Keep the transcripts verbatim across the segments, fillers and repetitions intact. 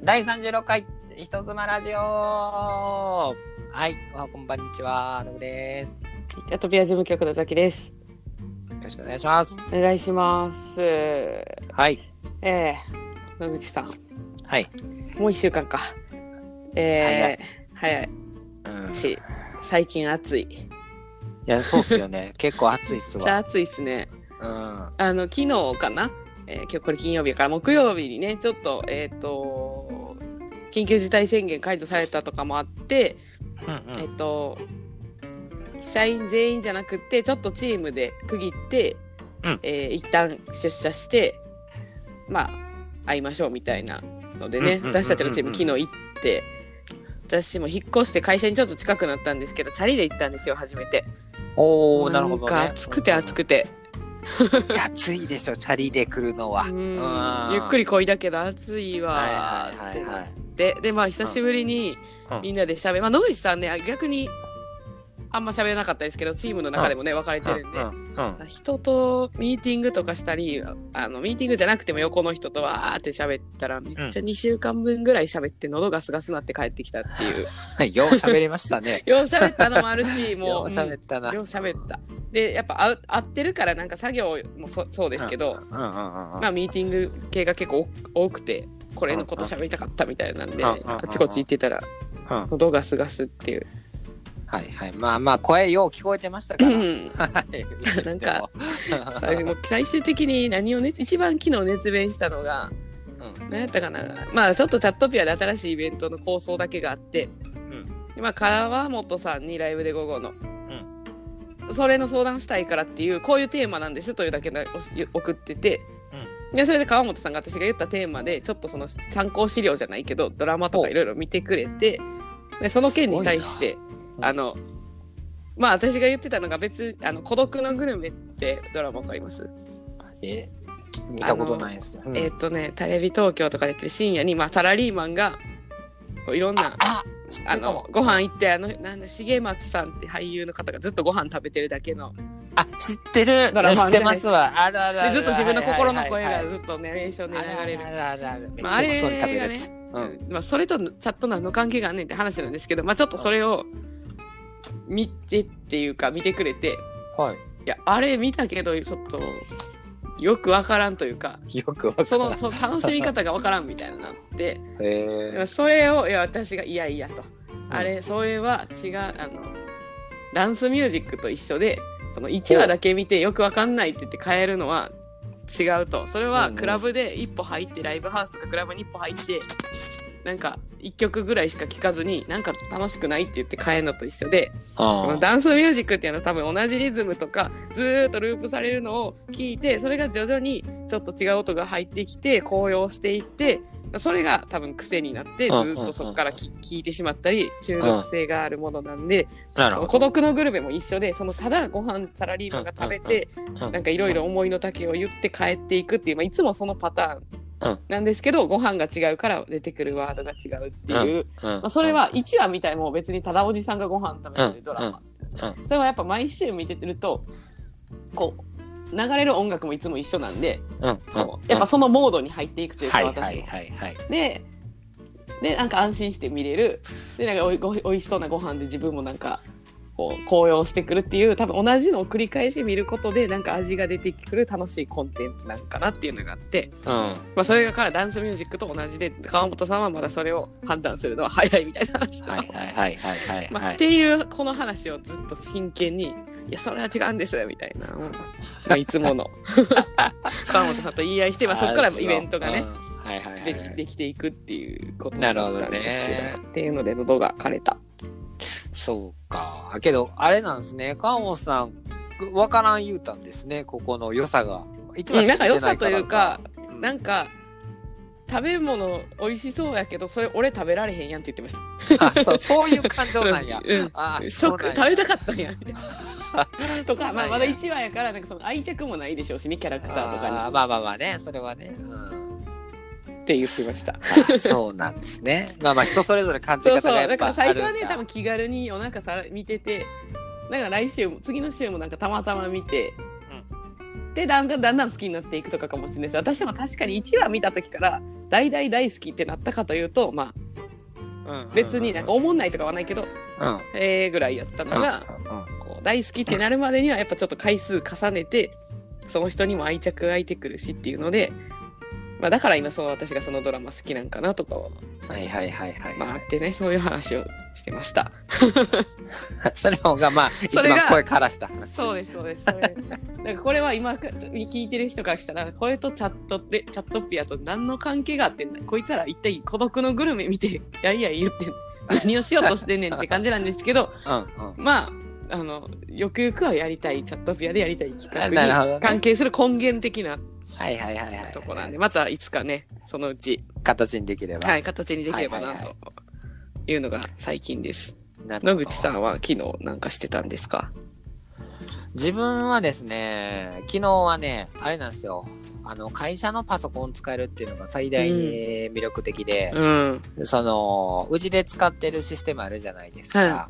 だいさんじゅうろっかい人妻ラジオ。はい、こんばんにちは、のぶです。 アトピア事務局のザキです。 よろしくお願いします。 お願いします。 はい。 えー、野口さん。 はい。 もう一週間か。えー、早い。早い。うん。し、最近暑い。いや、そうっすよね。結構暑いっすわ。 めっちゃ暑いっすね。 うん。あの、昨日かな、えー、今日これ金曜日から木曜日にね、ちょっと、えっと、緊急事態宣言解除されたとかもあって、うんうん、えっと、社員全員じゃなくて、ちょっとチームで区切って、うんえー、一旦出社して、まあ、会いましょうみたいなのでね、私たちのチーム昨日行って、私も引っ越して会社にちょっと近くなったんですけど、チャリで行ったんですよ、初めて。 おー、なるほどね。 なんか暑くて暑くて。 暑いでしょ、チャリで来るのは。 うんゆっくりこいだけど暑いわーってなって、で、まあ久しぶりにみんなで喋る、まあ野口さんね、逆にあんま喋れなかったですけど、チームの中でもね、分かれてるんで、うんうんうん、人とミーティングとかしたり、あのミーティングじゃなくても横の人とわーって喋ったら、めっちゃにしゅうかんぶんぐらい喋って喉がスガスなって帰ってきたっていう。 よう喋りましたね。 よう喋ったのもあるし、もうよう喋ったな。 うん、よう喋った。で、やっぱ合ってるからなんか作業も そ, そうですけど、うんうんうんうん、まあミーティング系が結構多くて、これのこと喋りたかったみたいなんで、うんうん、あちこち行ってたら、うん、喉がスガスっていう。 はいはい、まあまあ声よう聞こえてましたから、うん、 なんか最終的に何をね一番昨日熱弁したのが、うん、何やったかな、まあちょっとチャットピアで新しいイベントの構想だけがあって、うん、まあ川本さんにライブで午後の、うん、それの相談したいからっていうこういうテーマなんですというだけで送ってて、うん、でそれで川本さんが私が言ったテーマでちょっとその参考資料じゃないけどドラマとかいろいろ見てくれて、でその件に対してあのまあ私が言ってたのが別あの孤独のグルメってドラマわかります？ え見たことないです、 うん、えー、っとねテレビ東京とかでやってる深夜に、まあ、サラリーマンがいろんな あ, あのご飯行ってあのなんだ重松さんって俳優の方がずっとご飯食べてるだけのあ知ってるドラマ知ってますわあるあるあるでずっと自分の心の声がずっとネレーションで流れるあるあるまあ、あれがね、うんまあ、それとチャット何の関係があんねんって話なんですけど、まあ、ちょっとそれを見てっていうか見てくれて、はい、いやあれ見たけどちょっとよくわからんというかよくわからんその、その楽しみ方がわからんみたいななってへそれをいや私がいやいやと、うん、あれそれは違うあのダンスミュージックと一緒でそのいちわだけ見てよくわかんないって言って変えるのは違うと、それはクラブで一歩入って、うんうん、ライブハウスとかクラブに一歩入ってなんかいっきょくぐらいしか聴かずになんか楽しくないって言って変えるのと一緒で、ダンスミュージックっていうのは多分同じリズムとかずーっとループされるのを聞いて、それが徐々にちょっと違う音が入ってきて高揚していって、それが多分癖になってずーっとそこから聴いてしまったり中毒性があるものなんで、孤独のグルメも一緒で、そのただご飯サラリーマンが食べてなんかいろいろ思いの丈を言って帰っていくっていう、まあ、いつもそのパターンなんですけど、ご飯が違うから出てくるワードが違うっていう、うんうんまあ、それはいちわみたいもう別にただおじさんがご飯食べてるドラマ、うんうん、それはやっぱ毎週見てるとこう流れる音楽もいつも一緒なんで、うんうん、やっぱそのモードに入っていくというか、はい、私は、はいはいはい、ででなんか安心して見れる、でなんかおいごおいしそうなご飯で自分もなんかこう高揚してくるっていう、多分同じのを繰り返し見ることでなんか味が出てくる楽しいコンテンツなんかなっていうのがあって、うんまあ、それがからダンスミュージックと同じで、川本さんはまだそれを判断するのは早いみたいな話と、はいはいはいはいはい、っていうこの話をずっと真剣に、いやそれは違うんですみたいな、まあ、いつもの川本さんと言い合いして、まあ、そこからイベントがね、はいはいはい、で, できていくっていうことだったんですけ ど, ね、っていうので喉が枯れた。 そうか。けど、あれなんですね。川本さん、わからん言うたんですね。ここの良さが。 一番知ってないから、うん、なんか良さというか、うん、なんか、食べ物美味しそうやけど、それ俺食べられへんやんって言ってました。 あそう、そういう感情なんや。 うん、あ食食べたかったんや。とか、まあ、まだいちわやから、なんかその愛着もないでしょうしね、キャラクターとかに。 あまあまあまあね、それはね。うんって言ってました。 そうなんですね。まあまあ人それぞれ感じ方がやっぱあるんだ。そうそう。だから最初はね多分気軽に夜中さ見てて、なんか来週も次の週もなんかたまたま見て、うん、でだんだんだんだん好きになっていくとかかもしれないです。私も確かにいちわ見た時から大大大好きってなったかというと、まあ、別になんか思んないとかはないけど、うん、えーぐらいやったのが、うんうん、こう大好きってなるまでにはやっぱちょっと回数重ねて、その人にも愛着が湧いてくるしっていうので、まあ、だから今その私がそのドラマ好きなんかなとかは、はいはいはいはい、まああってね、そういう話をしてました。 それのがまあ一番声からした話。 そうですそうです。それなんかこれは今聞いてる人からしたら、これとチャットでチャットピアと何の関係があってんだ、こいつら一体孤独のグルメ見てやいやい言ってん何をしようとしてんねんって感じなんですけど、うんうん、まああのよくよくはやりたいチャットピアでやりたい企画に関係する根源的なはいはいはいはいとこなんで、またいつかねそのうち形にできればはい形にできればなというのが最近です。野口さんは昨日なんかしてたんですか？ 自分はですね、昨日はねあれなんですよ、あの会社のパソコン使えるっていうのが最大に魅力的で、うんうん、そのうちで使ってるシステムあるじゃないですか、はい、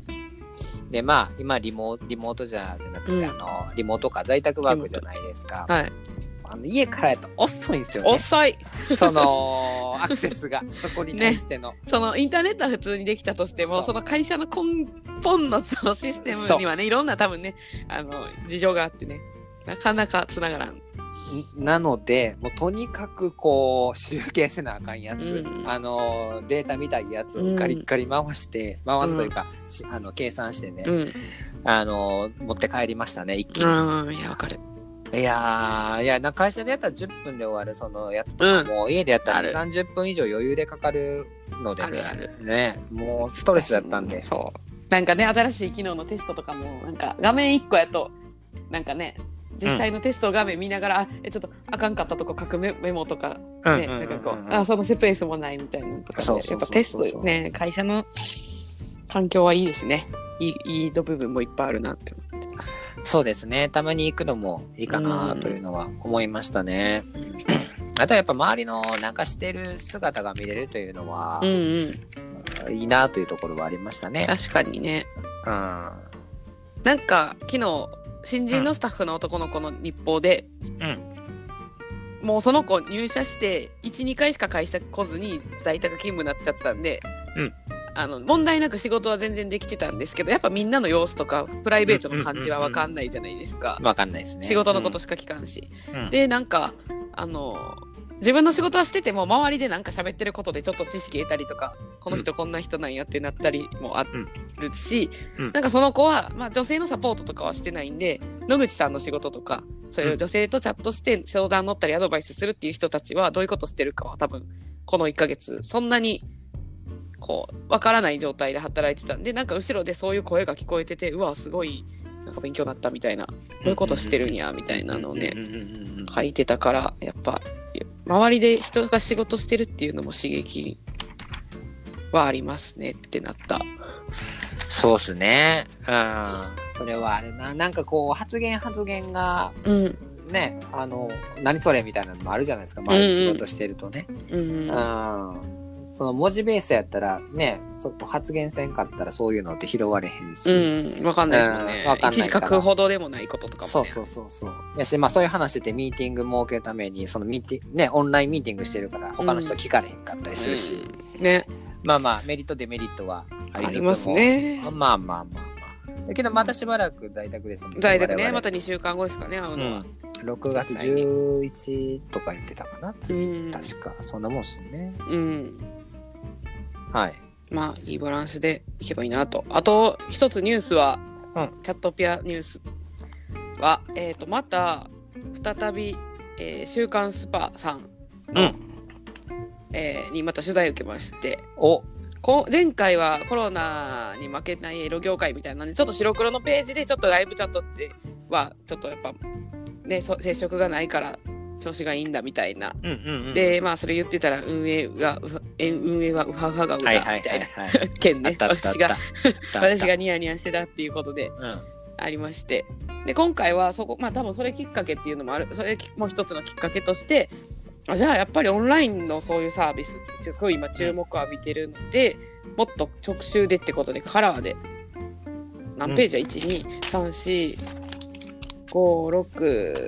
でまあ今リモリモートじゃなくて、うん、あのリモートか在宅ワークじゃないですか、はい、あの家からやと遅いんですよね。 遅いそのアクセスがそこに対しての、ね、 そのインターネットは普通にできたとしても そ, その会社の根本のそのシステムにはねいろんな多分ねあの事情があってねなかなかつながらん。 なのでもうとにかくこう集計せなあかんやつ、うん、あのデータみたいやつをガリッガリ回して、うん、回すというか、うん、あの計算してね、うん、あの持って帰りましたね一気に。 うん、いやわかる。 いやーいやな会社でやったらじゅっぷんで終わるそのやつとかも、うん、家でやったらさんじゅっぷん以上余裕でかかるのでね、あるあるね、もうストレスだったんで。 そうなんかね新しい機能のテストとかもなんか画面いっこやとなんかね実際のテスト画面見ながら、うん、えちょっとあかんかったとこ書く メ, メモとかね、なんかこうあそのスペースもないみたいなとかで、やっぱテストね会社の環境はいいですね。いいいい部分もいっぱいあるなって思って。 そうですね。たまに行くのもいいかなというのは思いましたね。うん、あとはやっぱ周りのなんかしてる姿が見れるというのは、うんうん、いいなというところはありましたね。 確かにね。うん。なんか昨日新人のスタッフの男の子の日報で、うん、もうその子入社していち、にかいしか会社来ずに在宅勤務になっちゃったんで、うん、あの問題なく仕事は全然できてたんですけど、やっぱみんなの様子とかプライベートの感じは分かんないじゃないですか。 分かんないですね。 仕事のことしか聞かんし、うん、でなんかあの自分の仕事はしてても周りでなんか喋ってることでちょっと知識得たりとか、この人こんな人なんやってなったりもあるし、うんうん、なんかその子は、まあ、女性のサポートとかはしてないんで、野口さんの仕事とかそういう女性とチャットして相談乗ったりアドバイスするっていう人たちはどういうことしてるかは多分このいっかげつそんなにこうわからない状態で働いてたんで、なんか後ろでそういう声が聞こえてて、うわすごいなんか勉強になったみたいな、こういうことしてるんやみたいなのをね書いてたから、やっぱ周りで人が仕事してるっていうのも刺激はありますねってなった。 そうっすね。うん。それはあれな。なんかこう発言発言が、うん、ね、あの何それみたいなのもあるじゃないですか。周りで仕事してるとね。うんうん。うんその文字ベースやったらね、そこ発言せんかったらそういうのって拾われへんし。 うん、わかんないですもんね。うん、一時書くほどでもないこととかも、ね。 そうそうそうそう。やし、まあそういう話でミーティング設けるために、そのミーティング、ね、オンラインミーティングしてるから他の人聞かれへんかったりするし。うんうん、ね。まあまあメリットデメリットはありつつも。ありますね。まあまあまあまあ。だけどまたしばらく在宅ですもんね。 在宅ね、またにしゅうかんごですかね、会うのは。 うん、ろくがつじゅういちにちとか言ってたかな、次、うん、確か。そんなもんっすね。うん。はい。 まあ、いいバランスでいけばいいなと。あと、一つニュースは、うん、チャットピアニュースは、えっと、また、再び、えー、週刊スパさんの、うんえー、にまた取材を受けまして、おこ前回はコロナに負けないエロ業界みたいなんで、ちょっと白黒のページで、ちょっとライブチャットっては、ちょっとやっぱ、ね、接触がないから、調子がいいんだみたいな、うんうんうん、でまあそれ言ってたら運営が運営はウハウハがうだみたいな件ね、私が私がニヤニヤしてたっていうことで、うん、ありまして、で今回はそこまあ多分それきっかけっていうのもある、それも一つのきっかけとして、あじゃあやっぱりオンラインのそういうサービスってすごい今注目を浴びてるので、もっと直集でってことでカラーで何ページは、うん、いち、に、さん、し、ご、ろく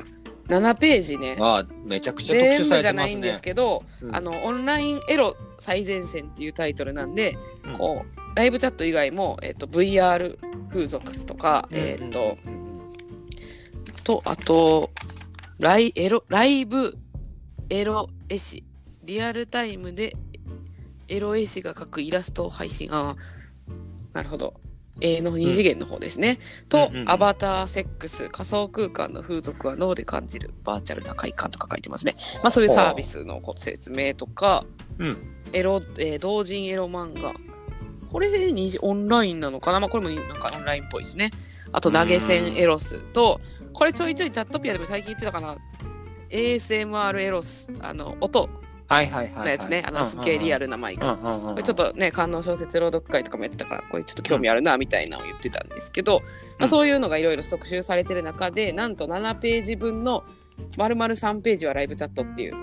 ななページね。 ああ、めちゃくちゃ特集されてますね。全部じゃないんですけど、うん、あの、オンラインエロ最前線っていうタイトルなんで、うん、こう、ライブチャット以外も、えっと、ブイアール 風俗とか、うん、えっと、うん、と、あと、ライ、エロ、ライブエロ絵師。リアルタイムでエロ絵師が描くイラストを配信。ああ、なるほど。A の二次元の方ですね。うん、と、うんうんうん、アバターセックス、仮想空間の風俗は脳で感じるバーチャルな快感とか書いてますね。まあそういうサービスの説明とか、うん、エロ、えー、同人エロ漫画。これにオンラインなのかな、まあこれもなんかオンラインっぽいですね。あと投げ銭エロスと、これちょいちょいチャットピアでも最近言ってたかな。エーエスエムアール エロス、あの、音。 はいはいはい、はい。 のやつね。あの、すっげえリアルなマイク。これちょっとね、観音小説朗読会とかもやってたから、これちょっと興味あるな、みたいなのを言ってたんですけど、うん、まあ、そういうのがいろいろ特集されてる中で、なんとななページ分の、丸々さんページはライブチャットっていう、うん、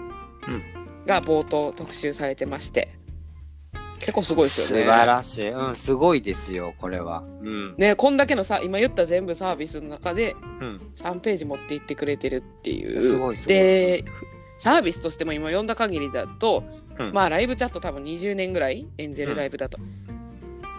が冒頭特集されてまして、結構すごいですよね。 素晴らしい。うん、すごいですよ、これは。うん。 ね、こんだけのさ、今言った全部サービスの中で、さんページ持っていってくれてるっていう。うん、 すごいすごい。 で、サービスとしても今読んだ限りだと、うん、まあライブチャット多分にじゅうねんぐらいエンジェルライブだと、うん、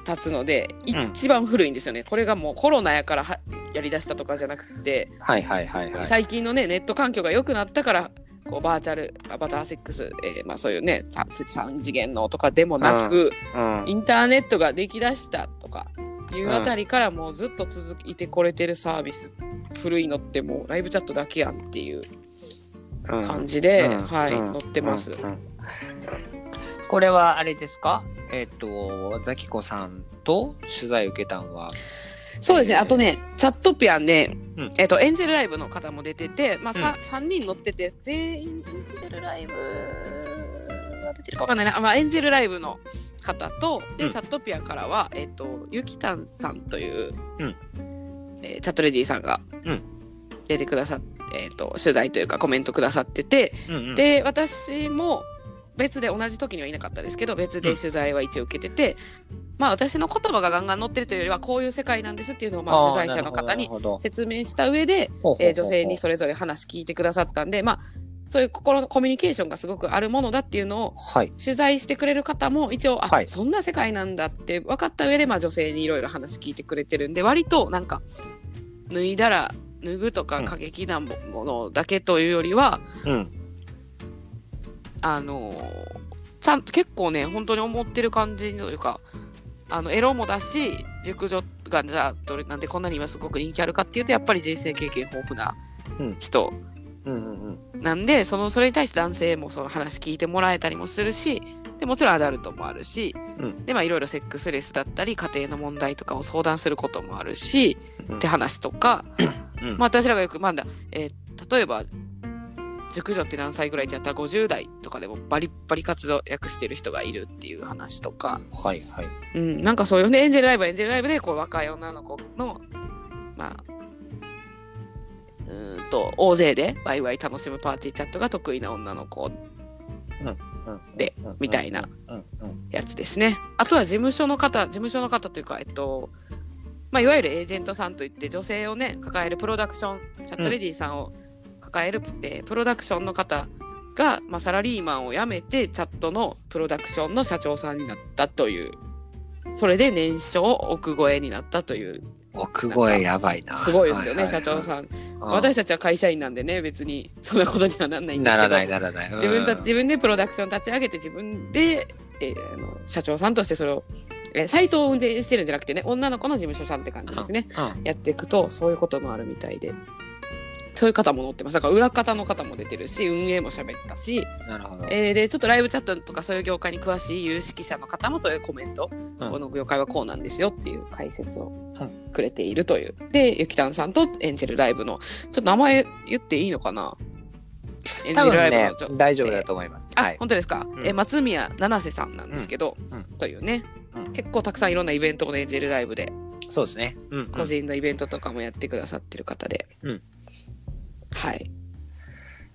経つので一番古いんですよね、うん、これがもうコロナやからはやりだしたとかじゃなくて、 はいはいはいはい、 最近のねネット環境が良くなったからこうバーチャルアバターセックス、えー、まあそういうねさん次元のとかでもなく、うんうん、インターネットができだしたとかいうあたりからもうずっと続いてこれてるサービス、古いのってもうライブチャットだけやんっていう感じで、うん、はい、うん、載ってます、うんうん。 これはあれですか？えっと、ザキコさんと取材受けたんはそうですね、えー、あとね、チャットピアンで、うん、えっと、エンジェルライブの方も出てて、まあ、さ、うん、さんにん載ってて、全員エンジェルライブが出てるかわかんないな。まあ、エンジェルライブの方と、で、うん、チャットピアからは、えっと、ゆきたんさんという、うんえー、チャットレディさんが出てくださって、えーと、取材というかコメントくださってて、うんうん、で私も別で同じ時にはいなかったですけど別で取材は一応受けてて、うん、まあ私の言葉がガンガン載ってるというよりはこういう世界なんですっていうのをまあ取材者の方に説明した上で、えー、女性にそれぞれ話聞いてくださったんで、まあそういう心のコミュニケーションがすごくあるものだっていうのを取材してくれる方も一応、はい、あ、そんな世界なんだって分かった上で、まあ、女性にいろいろ話聞いてくれてるんで割となんか脱いだら脱ぐとか過激なものだけというよりは、うん、あのちゃんと結構ね本当に思ってる感じというかあのエロもだし熟女がじゃあどれなんでこんなに今すごく人気あるかっていうとやっぱり人生経験豊富な人なんで、そのそれに対して男性もその話聞いてもらえたりもするしでもちろんアダルトもあるし、うん、でまあいろいろセックスレスだったり家庭の問題とかを相談することもあるし、うん、って話とか、うん、まあ私らがよくまだ、えー、例えば熟女って何歳ぐらいってやったらごじゅう代とかでもバリッバリ活動役してる人がいるっていう話とか、 はいはい、 うん、なんかそういうねエンジェルライブエンジェルライブでこう若い女の子のまあうーんと大勢でワイワイ楽しむパーティーチャットが得意な女の子で、うん、みたいなやつですね。あとは事務所の方事務所の方というかえっとまあいわゆるエージェントさんといって女性をね抱えるプロダクションチャットレディさんを抱える、うんえー、プロダクションの方が、まあ、サラリーマンを辞めてチャットのプロダクションの社長さんになったというそれで年商億超えになったという億超えやばいな。 すごいですよね、はいはいはい、社長さん。私たちは会社員なんでね、別にそんなことにはならないんですけど。 ならないならない。 自分た自分でプロダクション立ち上げて自分で、えー、あの社長さんとしてそれを、えー、サイトを運営してるんじゃなくてね、女の子の事務所さんって感じですね。うんうん、やっていくとそういうこともあるみたいで。そういう方も載ってます。だから裏方の方も出てるし、運営も喋ったし、 なるほど。 えー、でちょっとライブチャットとかそういう業界に詳しい有識者の方もそういうコメント、うん、この業界はこうなんですよっていう解説をくれているという。で、ゆきたんさんとエンジェルライブのちょっと名前言っていいのかな。 エンジェルライブの多分ね大丈夫だと思います。 あ、 はい、 本当ですか。うん、え松宮七瀬さんなんですけど、うんうん、というね、うん、結構たくさんいろんなイベントをエンジェルライブで、 そうですね。 うんうん、個人のイベントとかもやってくださってる方で。うんはい。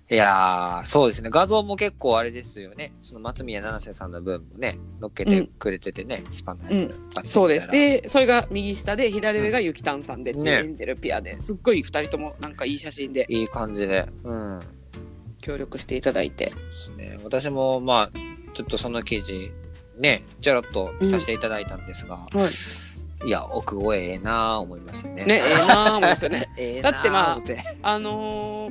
いやー、そうですね。画像も結構あれですよね。その松宮七瀬さんの分もね、乗っけてくれててね、うん、スパのやつ、 うん。そうです。で、それが右下で、左上がゆきたんさんで、うん、エンジェルピアで、すっごい二人ともなんかいい写真で。 いい感じで。うん。 協力していただいて。 ですね。私も、まあ、ちょっとその記事、ね、ちょろっと見させていただいたんですが、うんはい、いや、奥越えええなー思いましたね。 ね、ええなー思いましたね。 ええなーだってまあ、あのー、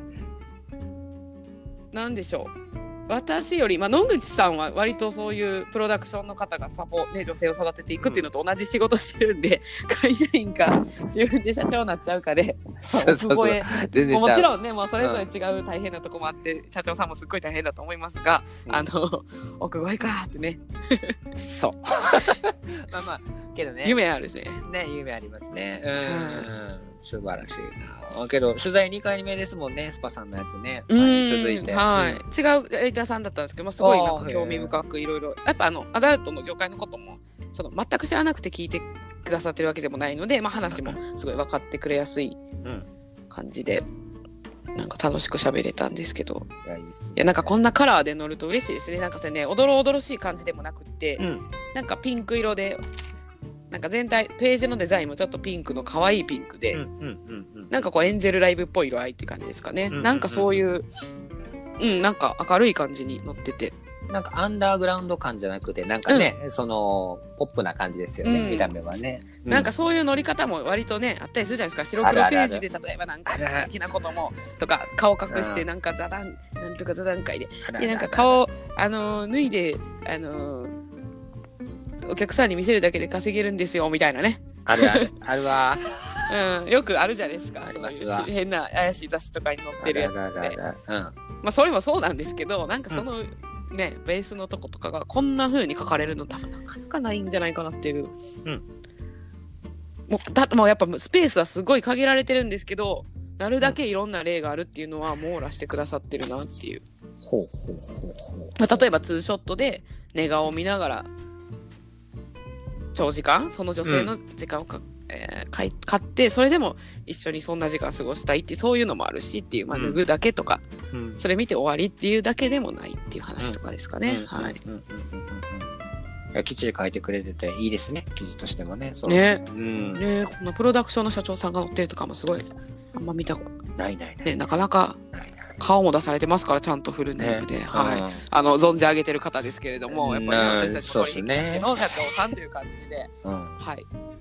なんでしょう。私より、まあ、野口さんは割とそういうプロダクションの方がサポ、ね、女性を育てていくっていうのと同じ仕事してるんで、うん、会社員か自分で社長になっちゃうかでそうそうそう全然もちろんねもうそれぞれ違う大変なとこもあって、うん、社長さんもすっごい大変だと思いますが、うん、あの奥越えかってねそうまあまあけどね夢あるねね夢ありますねうん、うん素晴らしいな。けど取材にかいめですもんね、スパさんのやつね。 うん、はい、続いて、はい、うん、違うエディターさんだったんですけど、まあ、すごいなんか興味深くいろいろやっぱあのアダルトの業界のこともその全く知らなくて聞いてくださってるわけでもないので、まあ、話もすごい分かってくれやすい感じで、うん、なんか楽しく喋れたんですけど、いや、いいっすね、いやなんかこんなカラーで乗ると嬉しいですね。なんかねおどろおどろしい感じでもなくって、うん、なんかピンク色でなんか全体ページのデザインもちょっとピンクの可愛いピンクで、うんうんうんうん、なんかこうエンジェルライブっぽい色合いって感じですかね、うんうんうん、なんかそういううんなんか明るい感じに載っててなんかアンダーグラウンド感じゃなくてなんかね、うん、そのポップな感じですよね、うん、見た目はね、 うん、なんかそういう乗り方も割とねあったりするじゃないですか。白黒ページで例えばなんか好きなこともとか顔隠してなんか座談なんとか座談会ででなんか顔あの脱いであのお客さんに見せるだけで稼げるんですよみたいなね。 あるあるあるわ、 うん、よくあるじゃないですか。 ありますわ。 そういう変な怪しい雑誌とかに載ってるやつで、うん、まあそれもそうなんですけど、なんかその、うん、ねベースのとことかがこんな風に書かれるの多分なかなかないんじゃないかなっていう。うん、もうだもうやっぱスペースはすごい限られてるんですけど、なるだけいろんな例があるっていうのは網羅してくださってるなっていう。 ほうほうほうほう。 まあ、例えばツーショットで寝顔を見ながら。長時間その女性の時間をか、うんえー、買い買ってそれでも一緒にそんな時間過ごしたいっていうそういうのもあるしっていう、まあ、脱ぐだけとか、うん、それ見て終わりっていうだけでもないっていう話とかですかね。はい。 きっちり書いてくれてていいですね記事としてもね。 そうね、うん、ねこのプロダクションの社長さんが載ってるとかもすごいあんま見たことないないない、 ね、なかなかない顔も出されてますからちゃんとフルネームで、ねはいうん、あの存じ上げてる方ですけれどもやっぱり、ね、私たちの取引先の社長さんという感じで、うん、はい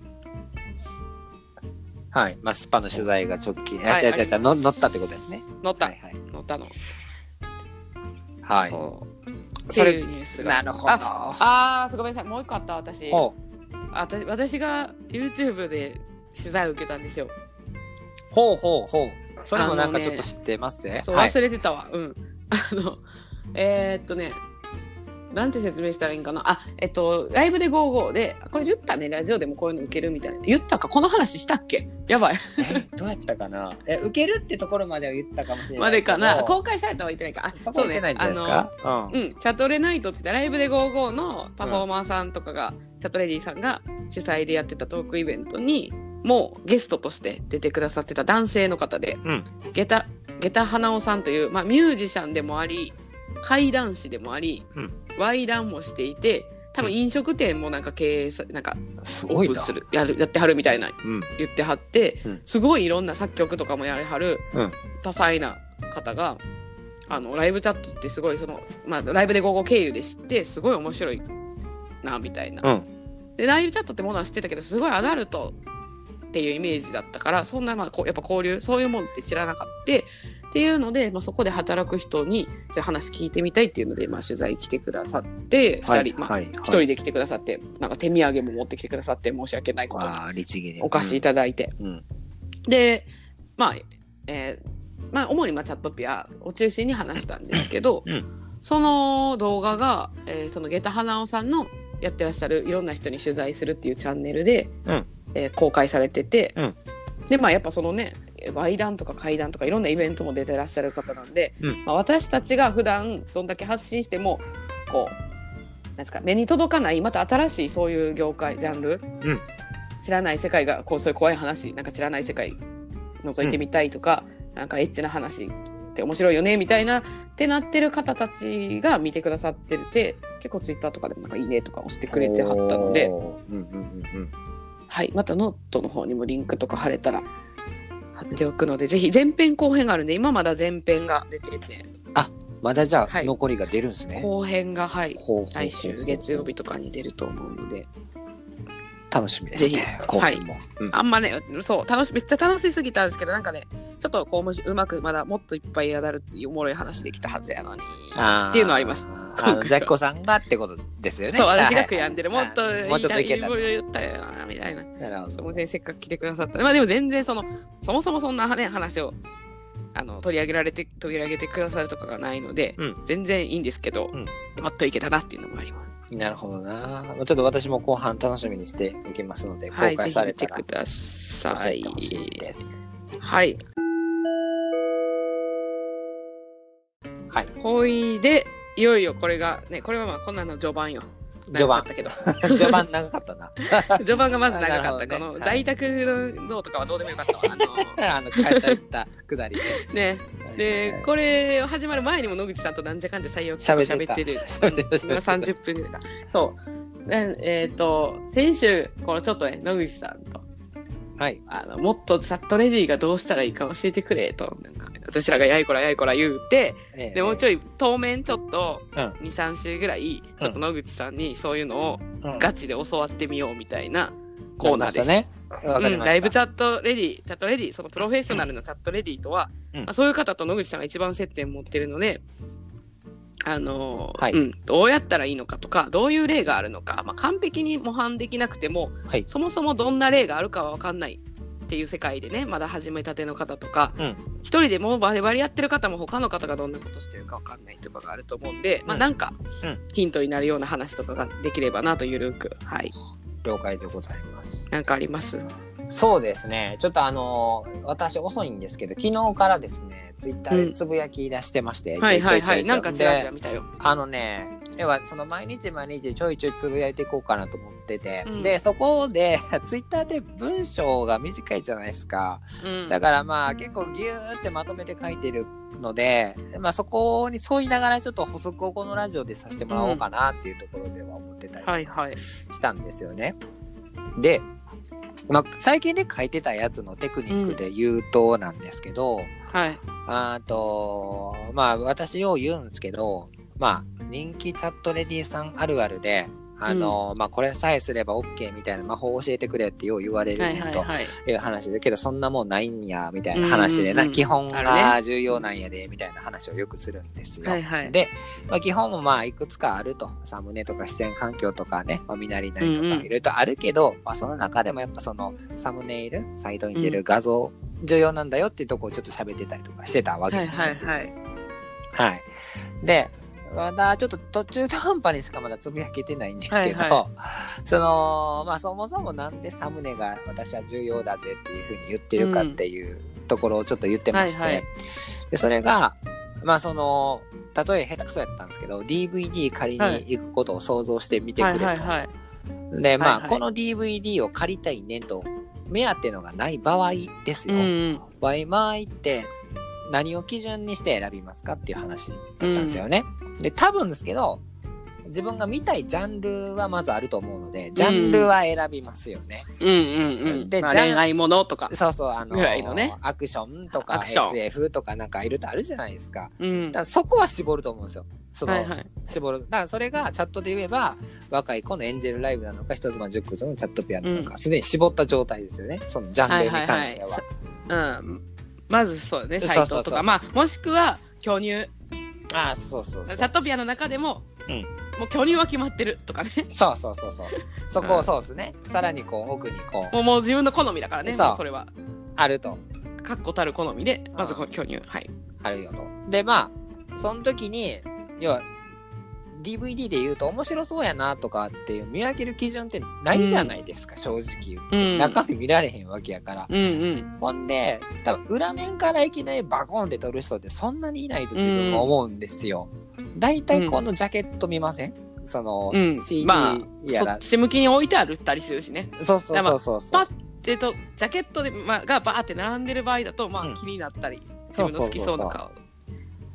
はい、まあ、スパの取材が直近、はい、違う違う違う乗ったってことですね。 乗った、はいはい、乗ったのはいそうっていうニュースがなるほど。 ああごめんなさいもう一個あった私私私が YouTube で取材を受けたんですよ。 ほうほうほうそれもなんかちょっと知ってますね。 そう、忘れてたわ。うん。あの、えー、っとね、なんて説明したらいいんかな。あ、えっと、ライブでごじゅうごで、これ言ったね、ラジオでもこういうの受けるみたいな。言ったかこの話したっけやばい。 え、どうやったかなえ、受けるってところまでは言ったかもしれない。 までかな。公開されたは言ってないか。あ、 そこ言ってないんじゃないですか。 うん、うん。チャトレナイトって言ったライブでごじゅうごのパフォーマーさんとかが、うん、チャトレディさんが主催でやってたトークイベントに、もうゲストとして出てくださってた男性の方で、うん、下駄下駄花尾さんという、まあ、ミュージシャンでもあり怪談師でもあり、うん、怪談もしていて多分飲食店もなんか経営さなんかすごいなオープンするやるやってはるみたいな、うん、言ってはって、うん、すごいいろんな作曲とかもやりはる、うん、多彩な方があのライブチャットってすごいその、まあ、ライブでごじゅうご経由で知ってすごい面白いなみたいな、うん、でライブチャットってものは知ってたけどすごいアダルトっていうイメージだったからそんなまあこうやっぱ交流そういうもんって知らなかったっていうので、まあ、そこで働く人にそういう話聞いてみたいっていうので、まあ、取材来てくださって、はい、ふたり、まあはい、ひとりで来てくださってなんか手土産も持ってきてくださって申し訳ないことにお貸しいただいて、うん、でまあ、えー、まあ主にまあチャットピアを中心に話したんですけど、うん、その動画が、えー、その下駄花尾さんのやってらっしゃるいろんな人に取材するっていうチャンネルで、うんえー、公開されてて、うん、でまあやっぱそのね怪談とか怪談とかいろんなイベントも出てらっしゃる方なんで、うんまあ、私たちが普段どんだけ発信してもこうなんですか目に届かないまた新しいそういう業界ジャンル、うん、知らない世界がこうそういう怖い話なんか知らない世界覗いてみたいとか、うん、なんかエッチな話って面白いよねみたいなってなってる方たちが見てくださってて、結構ツイッターとかでもなんかいいねとか押してくれてはったので、うんうんうんうん、はい、またノートの方にもリンクとか貼れたら貼っておくので、ぜひ前編後編があるんで、今まだ前編が出てて、 あ、まだじゃあ、はい、残りが出るんですね。 後編が、はい、ほうほうほうほう、来週月曜日とかに出ると思うので楽しみですね。後編も、 はい、うん、あんまね、そう楽しめっちゃ楽しすぎたんですけど、なんかねちょっとこううまくまだもっといっぱいやだるっていうおもろい話できたはずやのにっていうのはあります。 あのジャッコさんがってことですよね。 そう私が悔やんでる、もっともうちょっといけた言ったよなみたいな。なるほど。そのね、せっかく来てくださった。まあでも全然そのそもそもそんなね話をあの取り上げられて取り上げてくださるとかがないので、うん、全然いいんですけど、うん、もっといけたなっていうのもあります。 なるほどな。ちょっと私も後半楽しみにしておきますので、はい、公開されたら、 ぜひ見てください。 楽しみです。 はい。 はい。 ほいで、いよいよこれがね、これはまあこんなの序盤よ。 序盤だけど序盤長かったな。 序盤がまず長かった。ね、この在宅のどうとかはどうでもよかったわ。 あのあの会社行ったくだりね。で、これ始まる前にも野口さんとなんじゃかんじゃ採用しゃべってる。今さんじゅっぷんぐらいか。そう。えっ、ー、と、先週、このちょっとね、野口さんと、 はい。 あの、もっとザットレディがどうしたらいいか教えてくれと、なんか私らがやいこらやいこら言うて、えー、でもうちょい当面ちょっと、に、さん週ぐらい、ちょっと野口さんにそういうのをガチで教わってみようみたいなコーナーです。 ね。わかりました。 うん、ライブチャットレディ、チャットレディ、そのプロフェッショナルのチャットレディとは、うんまあ、そういう方と野口さんが一番接点持ってるので、あのーはいうん、どうやったらいいのかとか、どういう例があるのか、まあ、完璧に模範できなくても、はい、そもそもどんな例があるかは分かんないっていう世界でね、まだ始めたての方とか、うん、一人でもうバリバリやってる方も他の方がどんなことしてるか分かんないとかがあると思うんで、うん、まあなんかヒントになるような話とかができればなとゆるく、はい。 了解でございます。 なんかあります？ そうですね。ちょっとあのー、私遅いんですけど、昨日からですね、ツイッターでつぶやき出してまして、うん、 はいはいはい、なんかちらちら見たよ。 あのね、要はその毎日毎日ちょいちょいつぶやいていこうかなと思ってて、うん、でそこでツイッターで文章が短いじゃないですか、うん、だからまあ結構ギューってまとめて書いてるので、まあそこに沿いながらちょっと補足をこのラジオでさせてもらおうかなっていうところでは思ってたりしたんですよね、はいはい、でまあ、最近で書いてたやつのテクニックで言うとなんですけど、うん、 はい。 あと、まあ、私よう言うんですけど、まあ、人気チャットレディさんあるあるで、あの、うん、まあ、これさえすれば OK みたいな魔法を教えてくれってよう言われるねという話だけど、そんなもんないんや、みたいな話でな、うんうんうん、基本が重要なんやで、みたいな話をよくするんですよ。 はいはい、 で、まあ、基本もまあ、いくつかあると。サムネとか視線環境とかね、まあ、見なりなりとかいろいろとあるけど、うんうん、まあ、その中でもやっぱそのサムネイル、サイトに出る画像、うん、重要なんだよっていうところをちょっと喋ってたりとかしてたわけなんです。 はいはいはい。はい。で、まだちょっと途中途半端にしかまだつぶやけてないんですけど、はいはい、そのまあそもそもなんでサムネが私は重要だぜっていうふうに言ってるかっていうところをちょっと言ってまして、うんはいはい、でそれがまあその例え下手くそやったんですけど ディーブイディー 借りに行くことを想像してみてくれと、はいはいはい、でまあ、はいはい、この ディーブイディー を借りたいねと目当てのがない場合ですよ、うん、場合って何を基準にして選びますかっていう話だったんですよね、うん、で多分ですけど自分が見たいジャンルはまずあると思うのでジャンルは選びますよね、 うんうんうん、で、まあ、恋愛ものとかそうそうあのぐらいのねアクションとか エスエフ とかなんかいろいろあるじゃないですか、うん、だからそこは絞ると思うんですよその、はいはい、絞るだからそれがチャットで言えば若い子のエンジェルライブなのか人妻ジュックズのチャットピアノなのかすで、うん、に絞った状態ですよねそのジャンルに関しては、はいはいはい、 うんまずそうね、サイトとか、まあ、もしくは、巨乳。 ああ、そうそうそう。 チャットピアの中でも、うん、もう巨乳は決まってるとかね。 そうそうそうそう。そこをそうですね。さらにこう、奥にこう。 もう、もう自分の好みだからね、そう、それは。 あると。 確固たる好みで、まずこの巨乳。はい。 あるよと。で、まあ、その時に、要は、ディーブイディー で言うと面白そうやなとかっていう見分ける基準ってないじゃないですか、うん、正直言って、うん、中身見られへんわけやから、うんうん、ほんで多分裏面からいきなりバコンって撮る人ってそんなにいないと自分は思うんですよ、うん、だいたいこのジャケット見ません、その、うん、シーディー やら、まあ、 そっち向きに置いてあるったりするしねそうそうそうそうそう、 まあ、パッてとジャケットで、まあ、がバーって並んでる場合だとまあ、うん、気になったり自分の好きそうな顔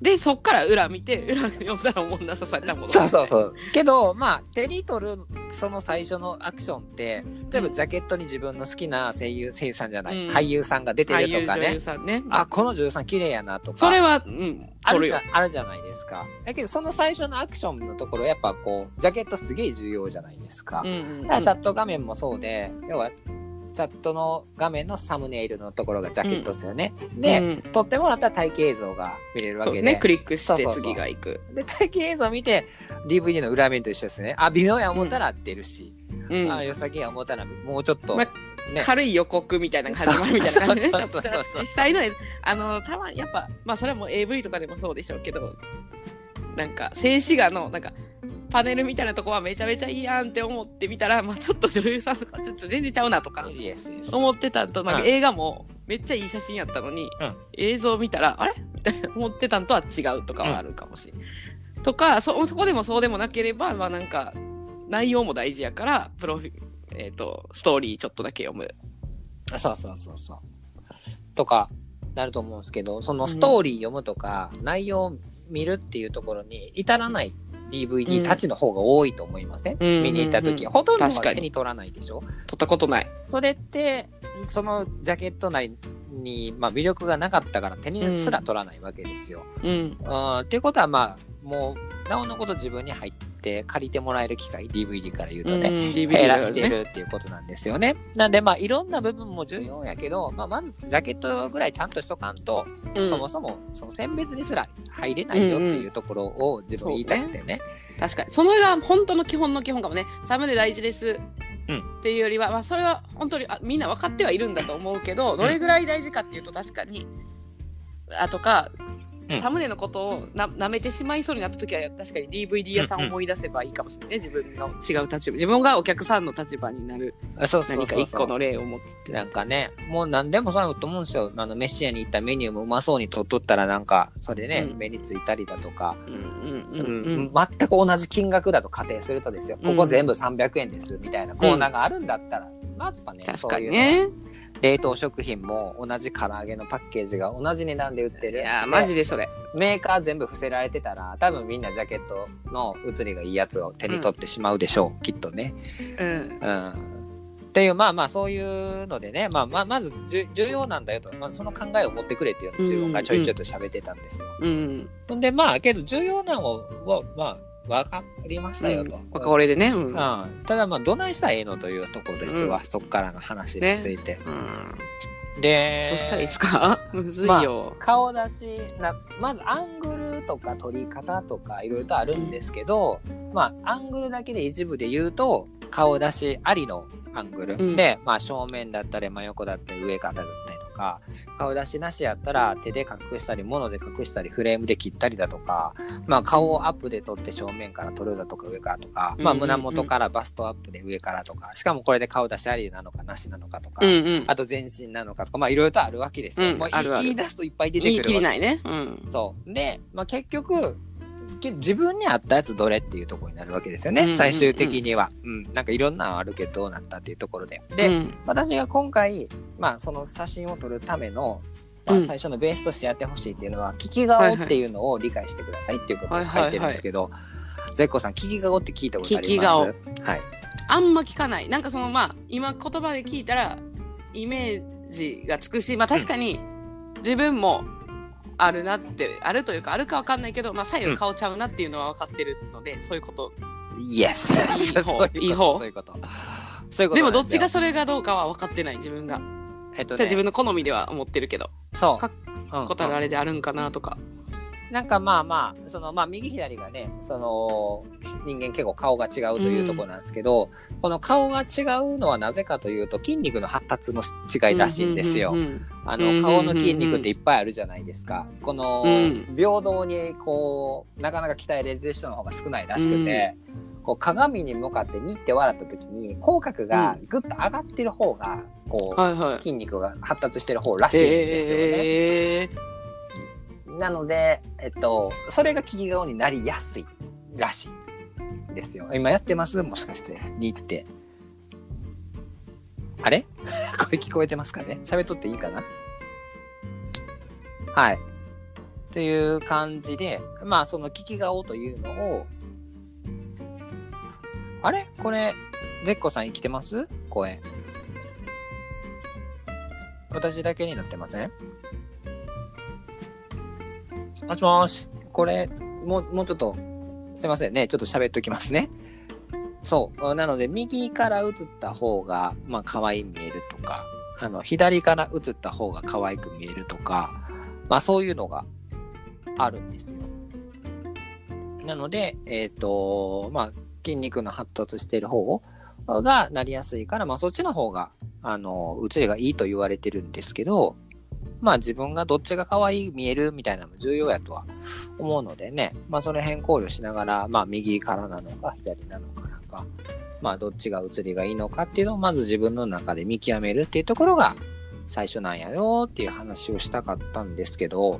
でそっから裏見て裏読んだらおもんなさされたもの、ね、 そうそうそうけどまあ手に取るその最初のアクションって例えばジャケットに自分の好きな声優声優さんじゃない、うん、俳優さんが出てるとかね、ねあこの女優さん綺麗やなとかそれは、うん、 あるじゃあるじゃないですか。だけどその最初のアクションのところやっぱこうジャケットすげえ重要じゃないですか、うんうんうん、だからチャット画面もそうで要はチャットの画面のサムネイルのところがジャケットですよね、うん、で、うん、撮ってもらったら体型映像が見れるわけで、そうですね、 クリックして次が行く。 で体型映像見て ディーブイディー の裏面と一緒ですね。あ微妙や思ったら出るし、うん、あ良さげや思ったらもうちょっと、まね、軽い予告みたいな始まるみたいな感じでね実際のあのたまにやっぱまあそれはもう エーブイ とかでもそうでしょうけどなんか静止画のなんかパネルみたいなとこはめちゃめちゃいいやんって思ってみたら、まあ、ちょっと女優さんとかちょっと全然ちゃうなとか思ってたんと、なんか映画もめっちゃいい写真やったのに、うん、映像見たらあれみたいな思ってたんとは違うとかはあるかもしれない、うん、とか そ, そこでもそうでもなければ、まあ、なんか内容も大事やからプロフィ、えーと、ストーリーちょっとだけ読むそうそうそうそうとかなると思うんですけどそのストーリー読むとか、うん、内容を見るっていうところに至らないディーブイディー たちの方が多いと思いません、うん、見に行った時、うんうんうん、ほとんどは手に取らないでしょ。 取ったことない。 それってそのジャケット内に、まあ、魅力がなかったから手にすら取らないわけですよ、うん、あっていうことはまあもうなおのこと自分に入って借りてもらえる機会 ディーブイディー から言うとね、うん、減らしてるっていうことなんですよね。なんでまあいろんな部分も重要やけど、まあ、まずジャケットぐらいちゃんとしとかんと、うん、そもそもその選別にすら入れないよっていうところを自分言いたくてね、うんうん確かにそのが本当の基本の基本かもね。サムネ大事です、うん、っていうよりは、まあ、それは本当にあみんな分かってはいるんだと思うけどどれぐらい大事かっていうと確かにあとか、うん、サムネのことをな舐めてしまいそうになった時は確かに ディーブイディー 屋さんを思い出せばいいかもしれないね、うんうん、自分の違う立場自分がお客さんの立場になる何か一個の例を持つってなんかねもう何でもそうだと思うんですよ。あのメシアに行ったメニューもうまそうに取っとったらなんかそれね、うん、目についたりだとか、うんうんうんうん、全く同じ金額だと仮定するとですよ、ここ全部さんびゃくえんですみたいなコーナーがあるんだったら、うん、まあやっぱね確かにねそういうの冷凍食品も同じ唐揚げのパッケージが同じ値段で売ってる。 いやマジでそれメーカー全部伏せられてたら多分みんなジャケットの写りがいいやつを手に取ってしまうでしょう、うん、きっとね、うんうん、っていうまあまあそういうのでね、まあ、まあまず重要なんだよと、まあ、その考えを持ってくれっていうのを自分がちょいちょいと喋ってたんですよ、うんうん、でまあけど重要なのはまあ分かりましたよと。 うん、これでね、うんうん。ただまあどないしたらええのというところですわ、うん、そっからの話について。ねうん、で、 どうしたらいいですか？むずいよ。 まあ、顔出しな、まずアングルとか撮り方とかいろいろとあるんですけど、うん、まあアングルだけで一部で言うと顔出しありのアングル、うん、で、まあ正面だったり真横だったり上からだったりとか、顔出しなしやったら手で隠したり物で隠したりフレームで切ったりだとか、まあ顔をアップで撮って正面から撮るだとか上からとか、まあ胸元からバストアップで上からとか、しかもこれで顔出しありなのかなしなのかとか、うんうん、あと全身なのかとか、まあいろいろとあるわけですよ。うん、もうあるある言い出すといっぱい出てくるわけ。 言い切りないね。うん、 そうで、まあ結局自分に合ったやつどれっていうところになるわけですよね、うんうんうん、最終的には、うん、なんかいろんなのあるけどどうなったっていうところでで、うん、私が今回、まあ、その写真を撮るための、まあ、最初のベースとしてやってほしいっていうのは、うん、利き顔っていうのを理解してくださいっていうことを書いてるんですけど、はいはいはい、ゼッコさん利き顔って聞いたことあります？利き顔、はい、 あんま聞かない。なんかそのまあ今言葉で聞いたらイメージがつくし、まあ確かに自分もあるなってあるというかあるか分かんないけど、まあ、左右顔ちゃうなっていうのは分かってるので、うん、そういうこと。 イエス。 いい方。いい方。そういうこと。そういうこと。でもどっちがそれがどうかは分かってない自分が。えっとね、じゃあ自分の好みでは思ってるけど。そう。かっこたらあれであるんかなとか。 なんかまあまあそのまあ右左がねその人間結構顔が違うというところなんですけど、うん、この顔が違うのはなぜかというと筋肉の発達の違いらしいんですよ。あの顔の筋肉っていっぱいあるじゃないですか。この平等にこうなかなか鍛えられてる人の方が少ないらしくて、うん、こう鏡に向かってニッて笑った時に口角がぐっと上がってる方がこう、はいはい、筋肉が発達してる方らしいんですよね。えーなので、えっと、それが利き顔になりやすいらしいですよ。今やってます？もしかして。にって。あれこれ聞こえてますかね？喋っとっていいかな？はい。 という感じで、まあその利き顔というのを、あれこれ、ゼッコさん生きてます？声。私だけになってません？もしもーし。これ、もう、もうちょっと、すいませんね。ちょっと喋っときますね。そう。なので、右から映った方が、まあ、可愛い見えるとか、あの、左から映った方が可愛く見えるとか、まあ、そういうのがあるんですよ。なので、えっと、まあ、筋肉の発達している方がなりやすいから、まあ、そっちの方が、あの、映りがいいと言われてるんですけど、まあ自分がどっちが可愛い見えるみたいなのも重要やとは思うのでね、まあその辺考慮しながら、まあ右からなのか左なのかなんか、まあどっちが映りがいいのかっていうのをまず自分の中で見極めるっていうところが最初なんやよっていう話をしたかったんですけど。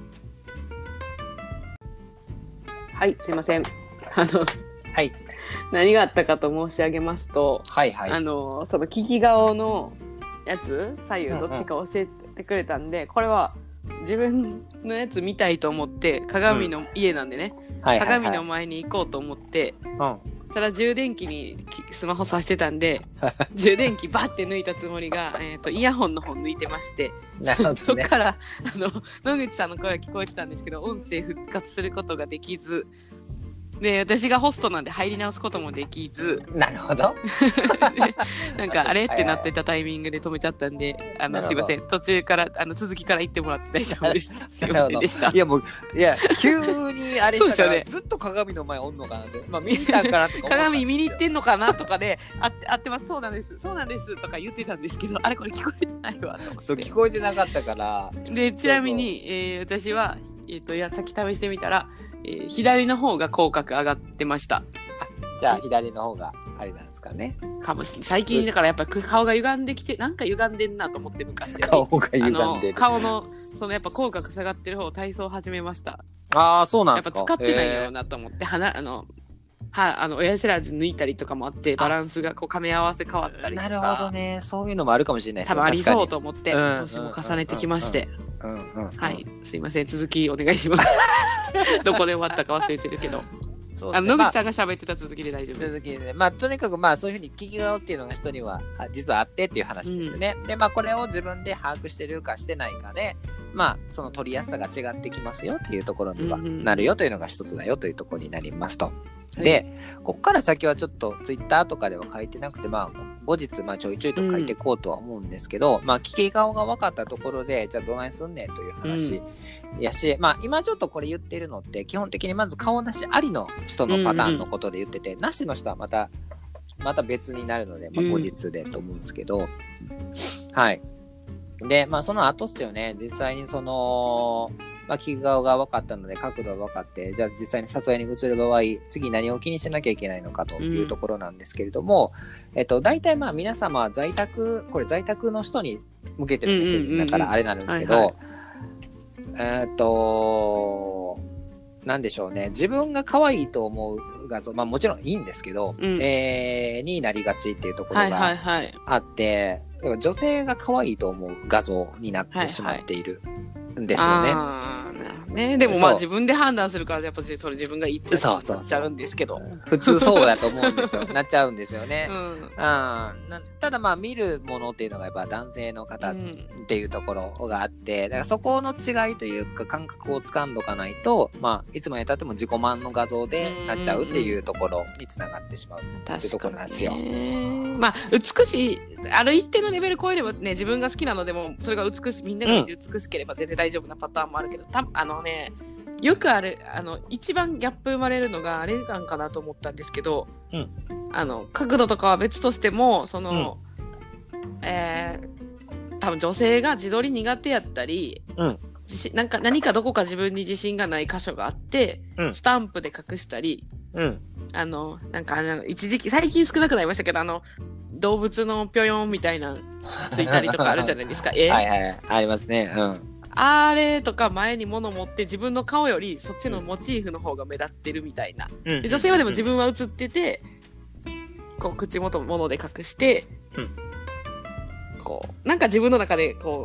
はい、すいません。あの、 はい。 何があったかと申し上げますと、 はいはい。 あの、その利き顔のやつ、左右どっちか教えてくれたんで、うんうん、これは自分のやつ見たいと思って、鏡の、うん、家なんでね、はいはいはい、鏡の前に行こうと思って、うん、ただ充電器にスマホさしてたんで、充電器バッて抜いたつもりが、えーと、イヤホンの方抜いてまして、なるほどね、そっから、あの、野口さんの声が聞こえてたんですけど、音声復活することができず、で、私がホストなんで入り直すこともできず。 なるほど。 なんか、あれってなってたタイミングで止めちゃったんで、あの、すいません。途中から、あの、続きから言ってもらって大丈夫です。すいませんでした。 いや、もう、いや、急にあれしたから、ね、ずっと鏡の前おんのかなって。まあ、見に行ったんかなとか。 鏡見に行ってんのかなとかで、あ、合ってます。そうなんです。そうなんです。とか言ってたんですけど、あれこれ聞こえてないわと思って。 そう、聞こえてなかったから。 で、ちなみに、えー、私は、えっと、いや、さっき試してみたら、えー、左の方が口角上がってました。あ、 じゃあ左の方があれなんですかね。 かもしれない。最近だからやっぱ顔が歪んできて、なんか歪んでんなと思って昔より。 顔が歪んでる。 顔のそのやっぱ口角下がってる方を体操を始めました。 ああ、そうなんですか。 やっぱ使ってないんやろうなと思って、鼻あのはあの親知らず抜いたりとかもあってバランスがこう噛み合わせ変わったりとか。 なるほどね。そういうのもあるかもしれないですね。 多分ありそうと思って、年も重ねてきまして。 うんうんうん、 はい、すいません、続きお願いします。どこで終わったか忘れてるけど。そうですね、あの野口さんが喋ってた続きで大丈夫です。 続きでね。まあ、とにかくまあ、そういうふうに利き顔っていうのが人には実はあってっていう話ですね。うん、で、まあ、これを自分で把握してるかしてないかで、まあ、その取りやすさが違ってきますよっていうところにはなるよというのが一つだよというところになりますと。うん、で、はい、こっから先はちょっとツイッターとかでは書いてなくて、まあ、後日、まあ、ちょいちょいと書いていこうとは思うんですけど、うん、まあ、利き顔が分かったところで、じゃあどないすんねんという話やし、うん、まあ、今ちょっとこれ言ってるのって、基本的にまず顔なしありの人のパターンのことで言ってて、うんうん、なしの人はまた、また別になるので、まあ、後日でと思うんですけど、うん、はい。で、まあ、その後っすよね、実際にその、まあ、利き顔が分かったので、角度が分かって、じゃあ実際に撮影に移る場合、次何を気にしなきゃいけないのかというところなんですけれども、うん、えっと、大体まあ皆様在宅、これ在宅の人に向けてのメッセージだからあれなんですけど、えっと、なんでしょうね、自分が可愛いと思う画像、まあもちろんいいんですけど、うん、えー、になりがちっていうところがあって、はいはいはい、女性が可愛いと思う画像になってしまっている。はいはいですよね。 あね、でもまあ自分で判断するからやっぱそれ自分がいいってなっちゃうんですけど、 そうそうそう、普通そうだと思うんですよ。なっちゃうんですよね。うん、あただまあ見るものっていうのがやっぱ男性の方っていうところがあって、だからそこの違いというか感覚を掴んどかないと、まあいつまで経っても自己満の画像でなっちゃうっていうところにつながってしまうっていうところなんですよ。 まあ美しい、ある一定のレベル超えればね、自分が好きなのでもそれが美しい、みんなが見て美しければ全然大丈夫なパターンもあるけど、たあのね、よくある、あの一番ギャップ生まれるのがあれなんかなと思ったんですけど、うん、あの角度とかは別としてもその、うん、えー、多分女性が自撮り苦手やったり、うん、なんか何かどこか自分に自信がない箇所があって、うん、スタンプで隠したり、うん、あのなんかあの一時期最近少なくなりましたけど、あの動物のぴょよんみたいなついたりとかあるじゃないですか。えはいはいありますね。うん。 あれとか前に物持って自分の顔よりそっちのモチーフの方が目立ってるみたいな、うん、で女性はでも自分は映っててこう口元物で隠して、うん、こうなんか自分の中でこう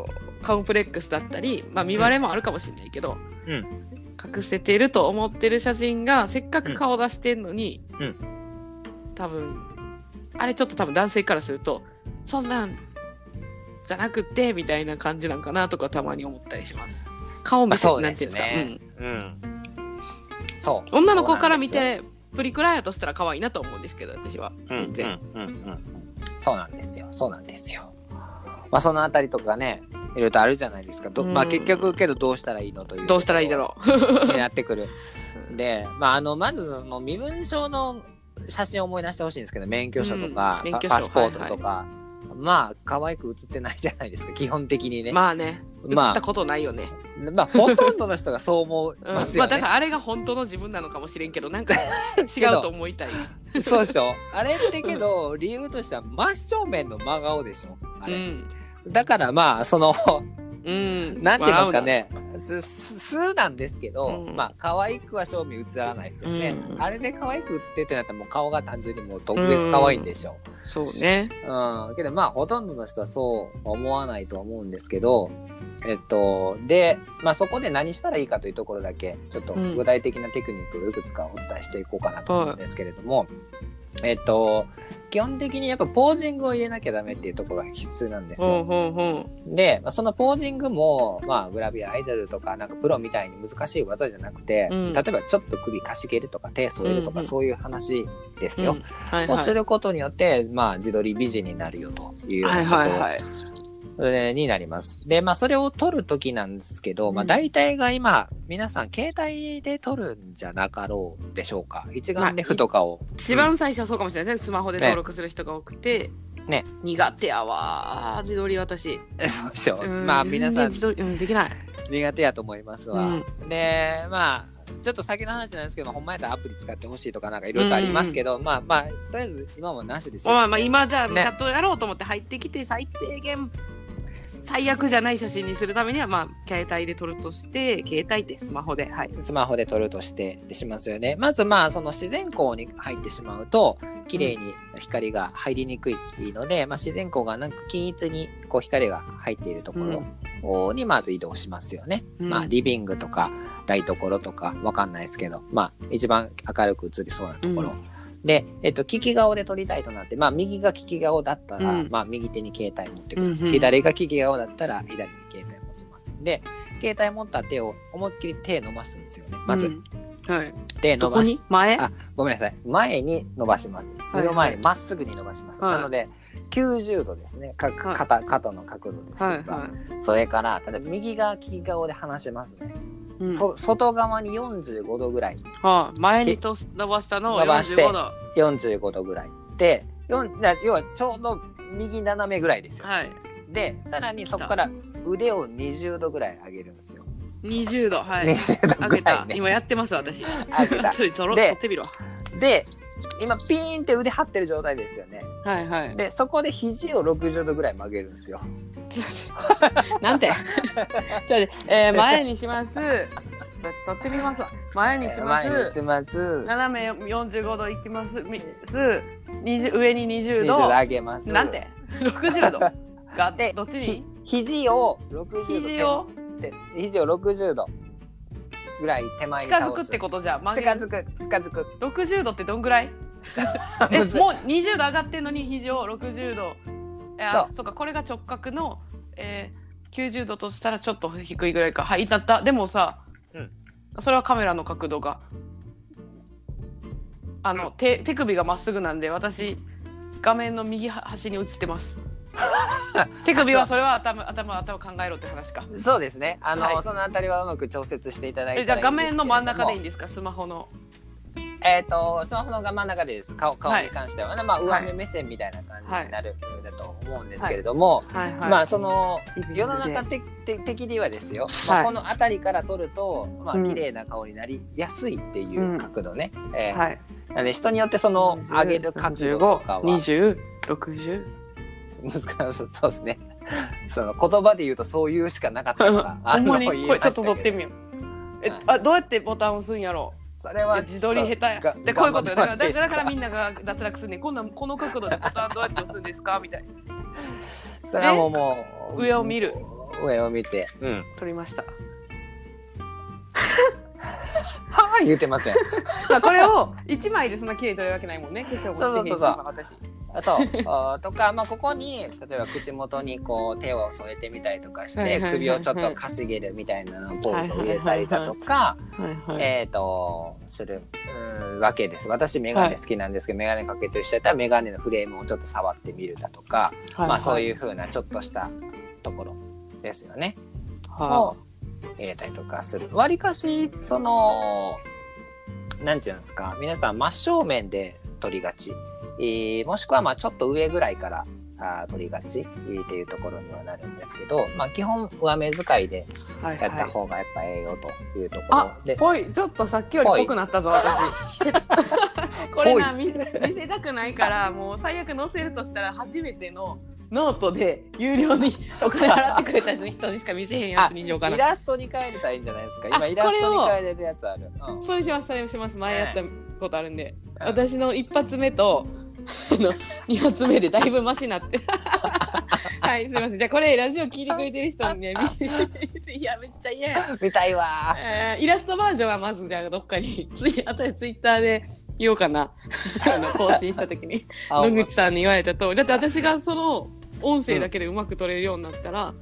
コンプレックスだったり、まあ、見バレもあるかもしれないけど、 うん、 隠せてると思ってる写真がせっかく顔出してんのに、 うん、 多分あれちょっと多分男性からするとそんなんじゃなくてみたいな感じなんかなとかたまに思ったりします。顔見せ、なんていうんですか、うん、うん、そう女の子から見てプリクラやとしたら可愛いなと思うんですけど、私は全然、うんうんうんうん、 そうなんですよそうなんですよ。まあそのあたりとかねいろいろとあるじゃないですか。ど、まあ結局けどどうしたらいいのというどうしたらいいだろうになってくる。で、まああのまずその身分証の写真を思い出してほしいんですけど、免許証とか、うん、パ, パスポートとか、はいはい、まあ可愛く写ってないじゃないですか基本的にね。 まあね、写ったことないよね。 まあほとんどの人がそう思いますよね。 うん、まあだからあれが本当の自分なのかもしれんけど、なんか違うと思いたい。 そうでしょ。あれってけど理由としては真正面の真顔でしょ。あれ。うん、だからまあその。うん、なんて言いますかね、す素なんですけど、うん、まあ可愛くは正味映らないですよね、うん、あれで可愛く映ってってなったらもう顔が単純にもう特別可愛いんでしょう、 うん、そうね、 うん、けどまあほとんどの人はそう思わないと思うんですけど、えっとでまあそこで何したらいいかというところだけちょっと具体的なテクニックをいくつかお伝えしていこうかなと思うんですけれども、うん、えっと基本的にやっぱポージングを入れなきゃダメっていうところが必須なんですよ。 うんうんうん、 で、まあ、そのポージングも、まあ、グラビアアイドルとか、なんかプロみたいに難しい技じゃなくて、うん、例えばちょっと首かしげるとか手添えるとか、うんうん、そういう話ですよ。うんはいはい、をすることによって、まあ、自撮り美人になるよというようなこと、はいはいはいになります。で、まあ、それを撮るときなんですけど、まあ、大体が今、皆さん、携帯で撮るんじゃなかろうでしょうか。一眼レフとかを。 まあ、一番最初はそうかもしれないですね。スマホで登録する人が多くて。ね。苦手やわ。自撮り私。 そうでしょ。まあ、皆さん。 自撮り、うん、できない。 苦手やと思いますわ。うん、で、まあ、ちょっと先の話なんですけど、ほんまやったらアプリ使ってほしいとかなんかいろいろとありますけど、うんうん、まあまあ、とりあえず今もなしですよ、ね。 まあまあ、今じゃあ、ね、チャットやろうと思って入ってきて、最低限、最悪じゃない写真にするためには、まあ、携帯で撮るとして、携帯ってスマホで、はい。 スマホで撮るとしてでしますよね。まず、まあ、その自然光に入ってしまうと、綺麗に光が入りにくいので、うん、まあ、自然光がなんか均一にこう光が入っているところにまず移動しますよね。うん、まあ、リビングとか台所とかわかんないですけど、まあ、一番明るく映りそうなところ。うんで、えっと、利き顔で撮りたいとなって、まあ、右が利き顔だったら、うん、まあ、右手に携帯持ってください。うんうん、左が利き顔だったら、左に携帯持ちます。で、携帯持った手を思いっきり手伸ばすんですよね。まず。 うん、はい。 手伸ばし、 前あ、ごめんなさい。前に伸ばします。目の前にまっすぐに伸ばします。はいはい、なので、きゅうじゅうどですね。か、肩、肩の角度です。はいはい、それから、例えば右側利き顔で離しますね。うん、そ外側によんじゅうごどぐらい、 はあ、前にと伸ばしたのをよんじゅうごどよんじゅうごどぐらいでよん要はちょうど右斜めぐらいですよ、はい、でさらにそこから腕をにじゅうどぐらい上げるんですよ。 にじゅうど、はい、にじゅうどぐらい、ね、上げた。今やってます私。上げたで撮ってみろ。 で今ピーンって腕張ってる状態ですよね。 はいはい。 でそこで肘をろくじゅうどぐらい曲げるんですよ。 なんてえー、前にします。ちょっと撮ってみますわ。前にします。 前にします。 斜めよんじゅうごどいきます。にじゅう上ににじゅうど。 にじゅうど上げます。 なんてろくじゅうどがでどっちに？ 肘をろくじゅうど。 肘を肘をろくじゅうどぐらい手前に倒す。 近づくってことじゃ。 近づく近づく。 ろくじゅうどってどんぐらい？えもうにじゅうど上がってんのに肘をろくじゅうど。いやそうかこれが直角の、えー、きゅうじゅうどとしたらちょっと低いぐらいか。はいだった。でもさ、うん、それはカメラの角度があの、うん、手, 手首がまっすぐなんで私画面の右端に映ってます。手首はそれは頭頭頭考えろって話か。 そうですね。あの、はい、そのあたりはうまく調節していただいて。 じゃあ画面の真ん中でいいんですか？スマホの。 えっ、ー、とスマホの真ん中でです。顔顔に関しては、はい、まあ上目目線みたいな感じになるだと思うんですけれども、はいはいはい、まあその世の中的的にはですよ。まあ、このあたりから撮るとまあ綺麗な顔になりやすいっていう角度ね。うんえーはい、なので人によってその上げる角度とかはにじゅう、ろくじゅう難しいそうですね。その言葉で言うとそういうしかなかったから。 ほんまにこれちょっと撮ってみよう。え、はい、あどうやってボタン押すんやろう。 それは自撮り下手やでこういうことよだからだからみんなが脱落するね。今度はこの角度でボタンどうやって押すんですかみたいな。 それはもうもう上を見る上を見て、うん、 撮りました。 はぁ言ってません。 まあこれをいちまいでそんな綺麗に撮れるわけないもんね。化粧もしてへんし、今私。 そうとか、まあ、ここに例えば口元にこう手を添えてみたりとかして、はいはいはいはい、首をちょっとかしげるみたいなのポーズを入れたりだとか、えっ、ー、とするわけです。私メガネ好きなんですけど、はい、メガネかけてる人やったらメガネのフレームをちょっと触ってみるだとか、はいはい、まあそういう風なちょっとしたところですよね。はい、を入れたりとかする。わりかしそのなんていうんですか、皆さん真正面で撮りがち。えー、もしくはまあちょっと上ぐらいからあ撮りがち、えー、っていうところにはなるんですけど、まあ基本上目遣いでやった方がやっぱええよというところで、 はいはい、あ、ぽい、ちょっとさっきよりぽくなったぞ私。これな 見, 見せたくないからもう最悪載せるとしたら初めてのノートで有料にお金払ってくれた人にしか見せへんやつにしようかな。 イラストに変えれたらいいんじゃないですか。今イラストに変えれるやつある。 うん、それしますそれします。前やったことあるんで、うん、私の一発目とあのに発目でだいぶマシになってはい、すいません。じゃあこれラジオ聞いてくれてる人にねいやめっちゃ嫌や見たいわ、 えー、イラストバージョンはまずじゃあどっかについあとでツイッターで言おうかなあの更新した時に野口さんに言われた通り、だって私がその音声だけでうまく撮れるようになったら、うん、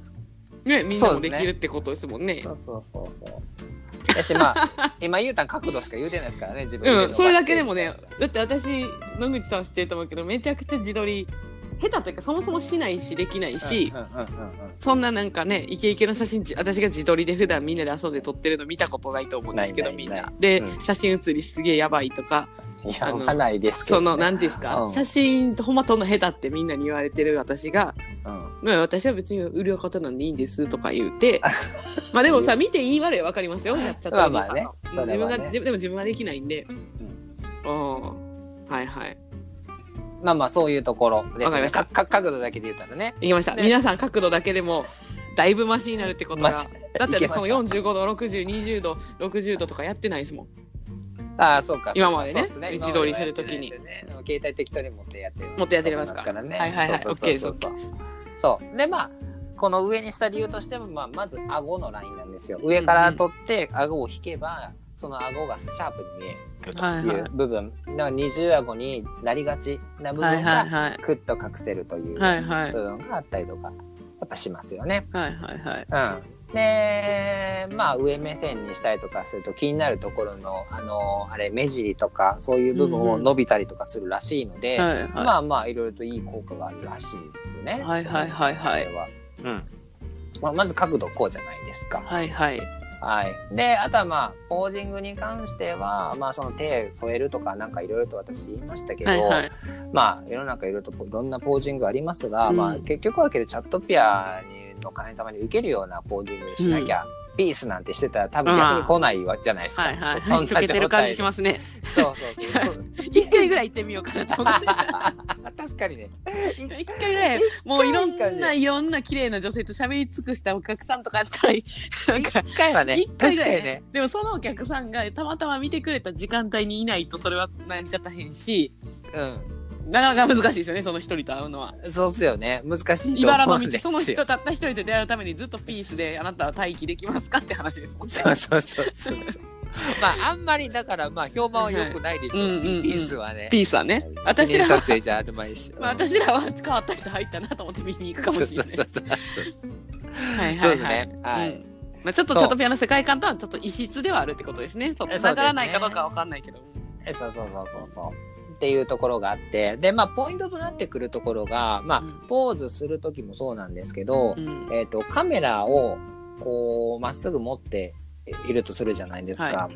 ね、みんなもできるってことですもんね。 そうそうそうそう私まあ今言うたん角度しか言うてないですからね、自分で。 うん、それだけでもね、だって私野口さん知ってると思うけどめちゃくちゃ自撮り下手というかそもそもしないしできないし、うんうんうんうん、そんななんかねイケイケの写真私が自撮りで普段みんなで遊んで撮ってるの見たことないと思うんですけど、みんなで、うん、写真写りすげえやばいとか、 やばないですけど、ね、 その何ですか、うん、写真ほんま撮んの下手ってみんなに言われてる私が、うん、私は別に売る方なんでいいんですとか言うてまあでもさ見ていい悪い分かりますよ、やっちゃったりさ、ね、自分がでも自分はできないんで、うん、はいはい、 まあまあそういうところですね。かか角度だけで言ったらね。 いきました。皆さん角度だけでもだいぶマシになるってことが。だってそのよんじゅうごど、ろくじゅう、にじゅうど、ろくじゅうどとかやってないですもん。 ああ、そうか。 今まで ね, ね自撮りするときに、 ね。携帯適当に持ってやってる。 持ってやってますからね。はいはいはい。オッケーです。 そう。でまあこの上にした理由としても、まあ、まず顎のラインなんですよ。上から取って顎を引けば、その顎がシャープに見えるという部分、はいはい、だから二重顎になりがちな部分がクッと隠せるという部分があったりとかやっぱしますよね。 はいはいはい。 うん、でまあ上目線にしたりとかすると気になるところのあのあれ目尻とかそういう部分を伸びたりとかするらしいので、うんうん、まあまあいろいろといい効果があるらしいですね。 はいはいはいはい。 うん、まあ、まず角度こうじゃないですか。 はいはい。 はい、であとはまあポージングに関しては、まあ、その手添えるとかなんかいろいろと私言いましたけど、はいはい、まあ世の中いろいろといろんなポージングありますが、うん、まあ、結局はけどチャットピアの会員様に受けるようなポージングにしなきゃ、うん、ピースなんてしてたら多分逆に来ないわじゃないですか。 はいはい、そんなちょけてる感じしますね。 そうそうそう一回ぐらい行ってみようかなと思って確かにね一回ぐらいもういろんないろんな綺麗な女性と喋り尽くしたお客さんとかあったらなんか一回はね一回ぐらいね。でもそのお客さんがたまたま見てくれた時間帯にいないとそれは成り立たへんし、うんなかなか難しいですよね、その一人と会うのは。 そうですよね、難しいと茨の道、その人たった一人と出会うためにずっとピースであなたは待機できますかって話ですもんね。 そうそうそうそうまああんまりだからまあ評判は良くないでしょう、はいうんうんうん、ピースはねピースはね私らは撮影じゃあるまいし、 まあ、私らは変わった人入ったなと思って見に行くかもしれない。そうそうそうそうはいはいはい、そうですね、はい、うんまあ、ちょっとチャトピアの世界観とはちょっと異質ではあるってことですね。そう繋がらないかどうかは分かんないけど、 えそうそうそうそうそうっていうところがあって、でまあポイントとなってくるところが、まあ、うん、ポーズする時もそうなんですけど、うん、えっとカメラをこうまっすぐ持っているとするじゃないですか、はい、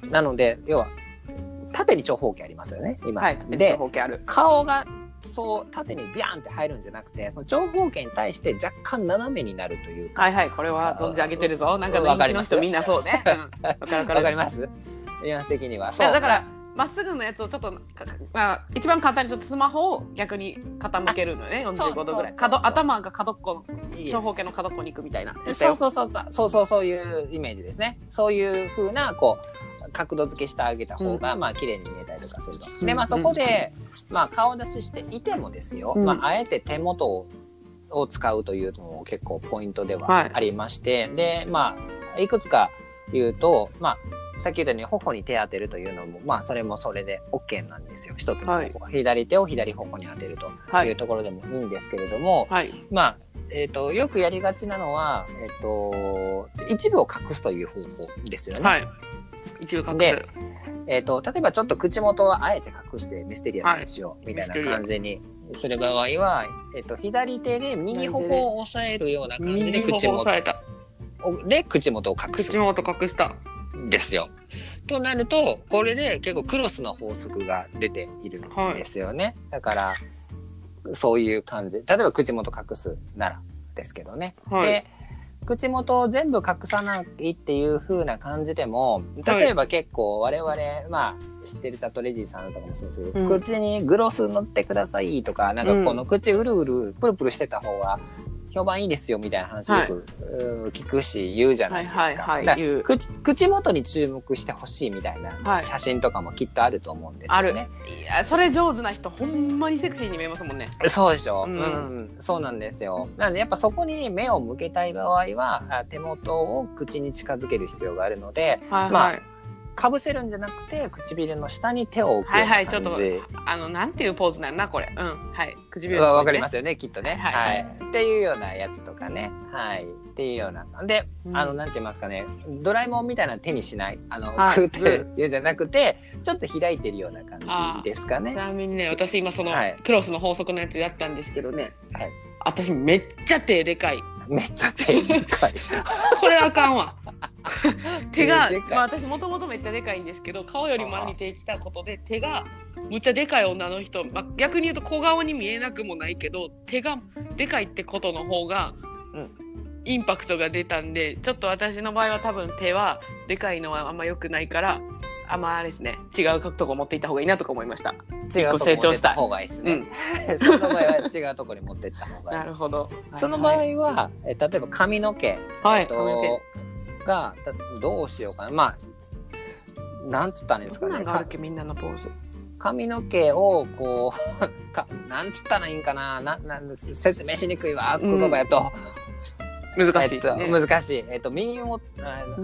なので要は縦に長方形ありますよね今、 はい、 で長方形ある顔がそう縦にビャーンって入るんじゃなくて、その長方形に対して若干斜めになるというか、 はいはい、これは存じ上げてるぞ。なんか人気の人みんなそうね。わ、うん、かるわかる。 わかります。ニュアンス的には。 そうだからまっすぐのやつをちょっと、まあ、一番簡単にちょっとスマホを逆に傾けるのよね。よんじゅうごどぐらい。角頭が角っこの長方形の角っこに行くみたいな。 そうそうそうそうそうそういうイメージですね。そういう風なこう角度付けしてあげた方が、うん、まあ綺麗に見えたりとかすると。でまあそこで、うん、まあ顔出ししていてもですよ。うん、まああえて手元をを使うというのも結構ポイントではありまして、はい、で、まあ、いくつか言うと、まあ、さっき言ったように頬に手当てるというのも、まあ、それもそれで OK なんですよ。一つの方法、はい、左手を左頬に当てるというところでもいいんですけれども、はい、まあ、えっと、よくやりがちなのは、えっと、一部を隠すという方法ですよね。はい。 一部隠す。 で、えっと、例えばちょっと口元をあえて隠してミステリアスにしようみたいな感じにする場合は、えっと、左手で右頬を押さえるような感じで口元で口元を隠す。 口元隠した。 ですよ。となると、これで結構クロスの法則が出ているんですよね。はい、だから、そういう感じ。例えば口元隠すならですけどね。はい、で、口元を全部隠さないっていう風な感じでも、例えば結構我々、まあ、知ってるチャットレディさんとかもそうですけど、うん、口にグロス塗ってくださいとか、なんかこの口うるうるプルプルしてた方が評判いいですよみたいな話よく、はい、聞くし言うじゃないですか。はいはいはい、口, 口元に注目してほしいみたいな写真とかもきっとあると思うんですよね。ある。 いや、それ上手な人ほんまにセクシーに見えますもんね。 そうでしょ、うんうん、そうなんですよ。なのでやっぱそこに目を向けたい場合は手元を口に近づける必要があるので、はいはい、まあかぶせるんじゃなくて唇の下に手を置くような感じ。はいはい、ちょっとあのなんていうポーズなんなこれ。うん、はい。 唇のとこね。わかりますよね、きっとね。はい、はいはい。っていうようなやつとかね。はい。っていうような。で、うん、あのなんて言いますかね、ドラえもんみたいな手にしない、あの、はい、クーっていうじゃなくて、ちょっと開いてるような感じですかね。 ちなみにね、私今その、はい、クロスの法則のやつやったんですけどね。はい。私めっちゃ手でかい。 めっちゃ手でかい。 これあかんわ。手が、まあ私もともとめっちゃでかいんですけど、顔より前に手来たことで手がむっちゃでかい女の人、まあ、逆に言うと小顔に見えなくもないけど、手がでかいってことの方が、うん、インパクトが出たんで、ちょっと私の場合は多分手はでかいのはあんま良くないから、あんまあれですね、違うとこ持っていった方がいいなとか思いました。 違うとこ持っていった方がいいですね。うん、その場合は違うとこに持っていった方がいい。 なるほど。 その場合は、え例えば髪の毛、はい、えっとがどうしようかな。まあなんつったらいいんですかね。 なんかあるっけ、みんなのポーズ。 髪の毛をこうかなんつったらいいんかな。ななん説明しにくいわ言葉やと。 うん、難しいですね。 えっと、難しい。えっと耳をうん、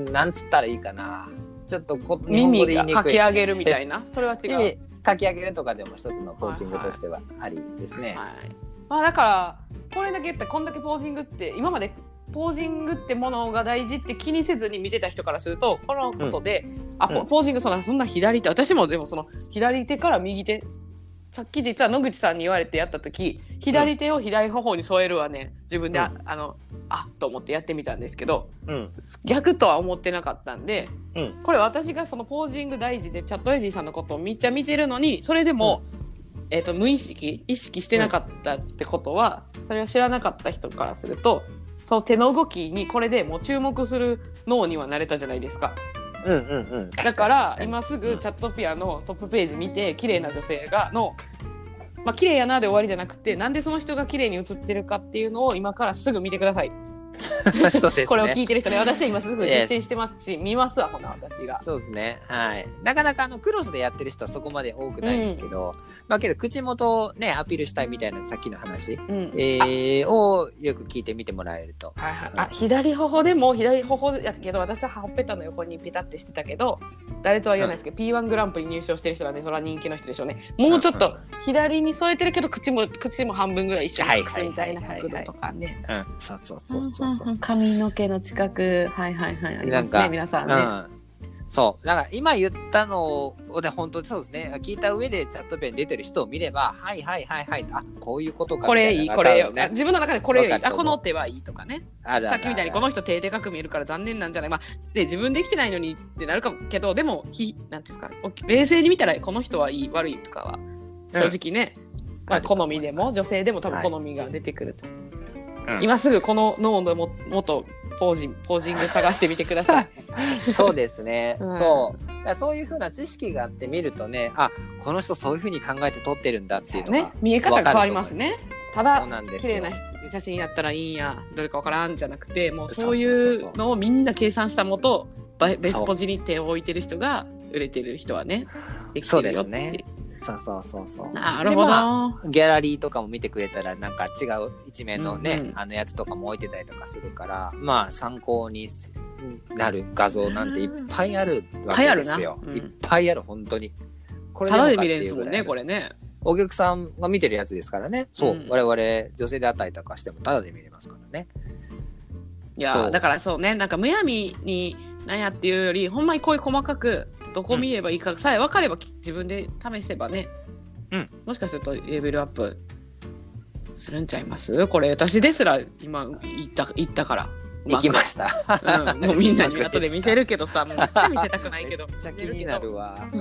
なんつったらいいかな。ちょっとこ日本語で言いにくい。 耳がかき上げるみたいな。それは違う。 耳かき上げるとかでも一つのポージングとしてはありですね。はいはい、 まあだからこれだけ言ったらこんだけポージングって今までポージングってものが大事って気にせずに見てた人からするとこのことで、うん、あ、うん、ポージングそんなそんな左手、私もでもその左手から右手、さっき実は野口さんに言われてやった時左手を左頬に添えるはね自分で、うん、あ, あのあと思ってやってみたんですけど、うん、逆とは思ってなかったんで、うん、これ私がそのポージング大事でチャットレディさんのことをめっちゃ見てるのにそれでも、うんえー、と無意識意識してなかったってことは、うん、それを知らなかった人からするとその手の動きにこれでもう注目する脳にはなれたじゃないですか。うんうんうん、だから今すぐチャットピアのトップページ見て綺麗な女性がのまあ綺麗やなで終わりじゃなくてなんでその人が綺麗に映ってるかっていうのを今からすぐ見てください。そうですね、これを聞いてる人ね、私は今すぐ実践してますし、見ますわ、ほな私が。 そうですね、はい。なかなかあのクロスでやってる人はそこまで多くないんですけど、うん、まあけど口元をねアピールしたいみたいなさっきの話、うんえー、をよく聞いてみてもらえると。 はいはい、あ、左頬でも左頬やけど私はほっぺたの横にペタってしてたけど、誰とは言わないですけど、うん、ピーワン グランプリ入賞してる人なんでそれは人気の人でしょうね。もうちょっと左に添えてるけど口も口も半分ぐらい一緒に隠すみたいな角度とかね。 うん、そうそうそうそう。 髪の毛の近く、はいはいはい、ありますね、皆さんね。うん、 そう。だから今言ったので本当にそうですね。聞いた上でチャットペン出てる人を見れば、はいはいはいはい、あ、こういうことか、 これいい、これよ、ね。自分の中でこれいい、あ、この手はいいとかね。あるあるある、さっきみたいにこの人手でかく見えるから残念なんじゃない。まあ、で自分できてないのにってなるかもけど、でもひなんていうんですか、冷静に見たらこの人はいい悪いとかは正直ね、うんまあ、好みでも女性でも多分好みが出てくると。はいうん、今すぐこの脳のも元ポージンポージング探してみてください。そうですね、うん、そうそういう風な知識があって見るとね、あ、この人そういう風に考えて撮ってるんだっていうのが、ね、 見え方が変わりますね。ただ綺麗な写真やったらいいんやどれかわからんじゃなくて、もうそういうのをみんな計算したもとベスポジに手を置いてる人が売れてる人はねできてるよって。 そうですね。 そうそうそうそう。 なるほど、 まあ、ギャラリーとかも見てくれたらなんか違う一面のね、うんうん、あのやつとかも置いてたりとかするから、まあ参考になる画像なんていっぱいあるわけですよ。いっぱいある、うん、いっぱいある本当に。 これただで見れるんですもんね、これね。 お客さんが見てるやつですからね。そう、うん、我々女性であったりとかしてもただで見れますからね。 いやだからそうね、なんかむやみになんやっていうより、ほんまにこういう細かくどこ見ればいいかさえ分かれば、自分で試せばね、うん、もしかするとレベルアップするんちゃいます？これ私ですら今言った言ったから行きました、 うん、もうみんなに後で見せるけどさ、もうめっちゃ見せたくないけどめっちゃ気になるわ、うん、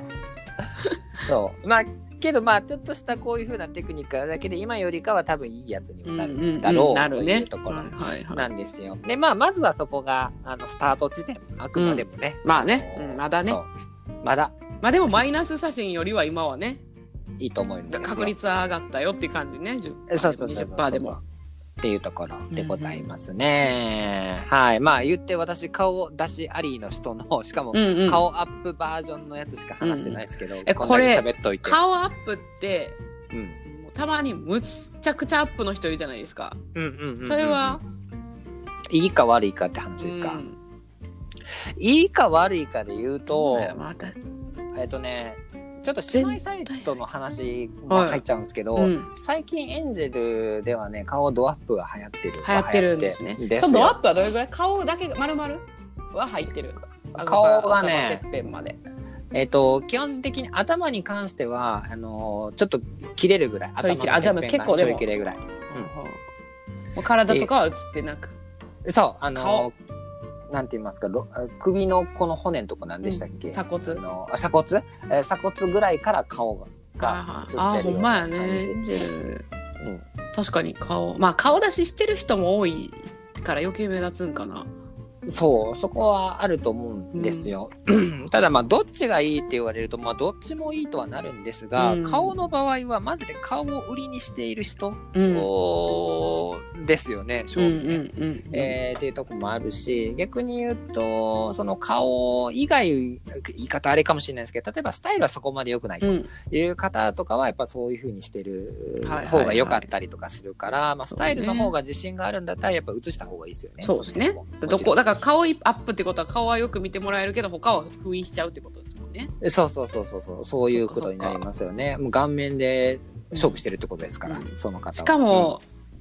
そうまあけどまあちょっとしたこういう風なテクニックだけで今よりかは多分いいやつになるだろう、うんうん、というところなんですよ。でまあまずはそこがあのスタート地点、あくまでもね、 うん、まあね、うん、まだね、 まだまあでもマイナス写真よりは今はねいいと思うんですよ。 確率は上がったよっていう感じね。じゅっパーセント、 そうそうそうそう、にじゅっパーセント でもっていうところでございますね、うんうん、はい。まあ言って私顔出しありの人のしかも顔アップバージョンのやつしか話してないですけど、うんうん、 えこれ顔アップって、うん、もうたまにむっちゃくちゃアップの人いるじゃないですか、うんうんうんうん、それはいいか悪いかって話ですか、うん、いいか悪いかで言うと、またえっとねちょっと姉妹サイトの話も入っちゃうんですけど、はいうん、最近エンジェルではね顔ドアップが流行ってる流行ってるんですね。そのドアップはどれぐらい？顔だけ丸々は入ってる？ 顔がね、てっぺんまで。えっと基本的に頭に関してはあのー、ちょっと切れるぐらい。頭のてっぺんがあじゃあ結構でもちょい切れぐらい。うんもう体とかは映ってなく。 そうあのー。なんて言いますか、首のこの骨のとこ何でしたっけ、うん、 鎖骨の鎖骨、えー、鎖骨ぐらいから顔がが映ってるような感じ。あほんまやね、エンジェル、 うん、確かに顔まあ顔出ししてる人も多いから余計目立つんかな。 そうそこはあると思うんですよ、うん、ただまあどっちがいいって言われるとまあどっちもいいとはなるんですが、うん、顔の場合はマジで顔を売りにしている人、うん、ですよね正直ね、うんうんうんうんえー、っていうとこもあるし、逆に言うとその顔以外言い方あれかもしれないですけど、例えばスタイルはそこまで良くないという方とかはやっぱそういう風にしてる方が良かったりとかするから、はいはいはい、まあ、スタイルの方が自信があるんだったらやっぱ映した方がいいですよね。 そうですね。どこだから顔アップってことは顔はよく見てもらえるけど他は封印しちゃうってことですもんね。 そうそうそうそうそうそういうことになりますよね。もう顔面で勝負してるってことですから、うん、その方は。 しかも、うん、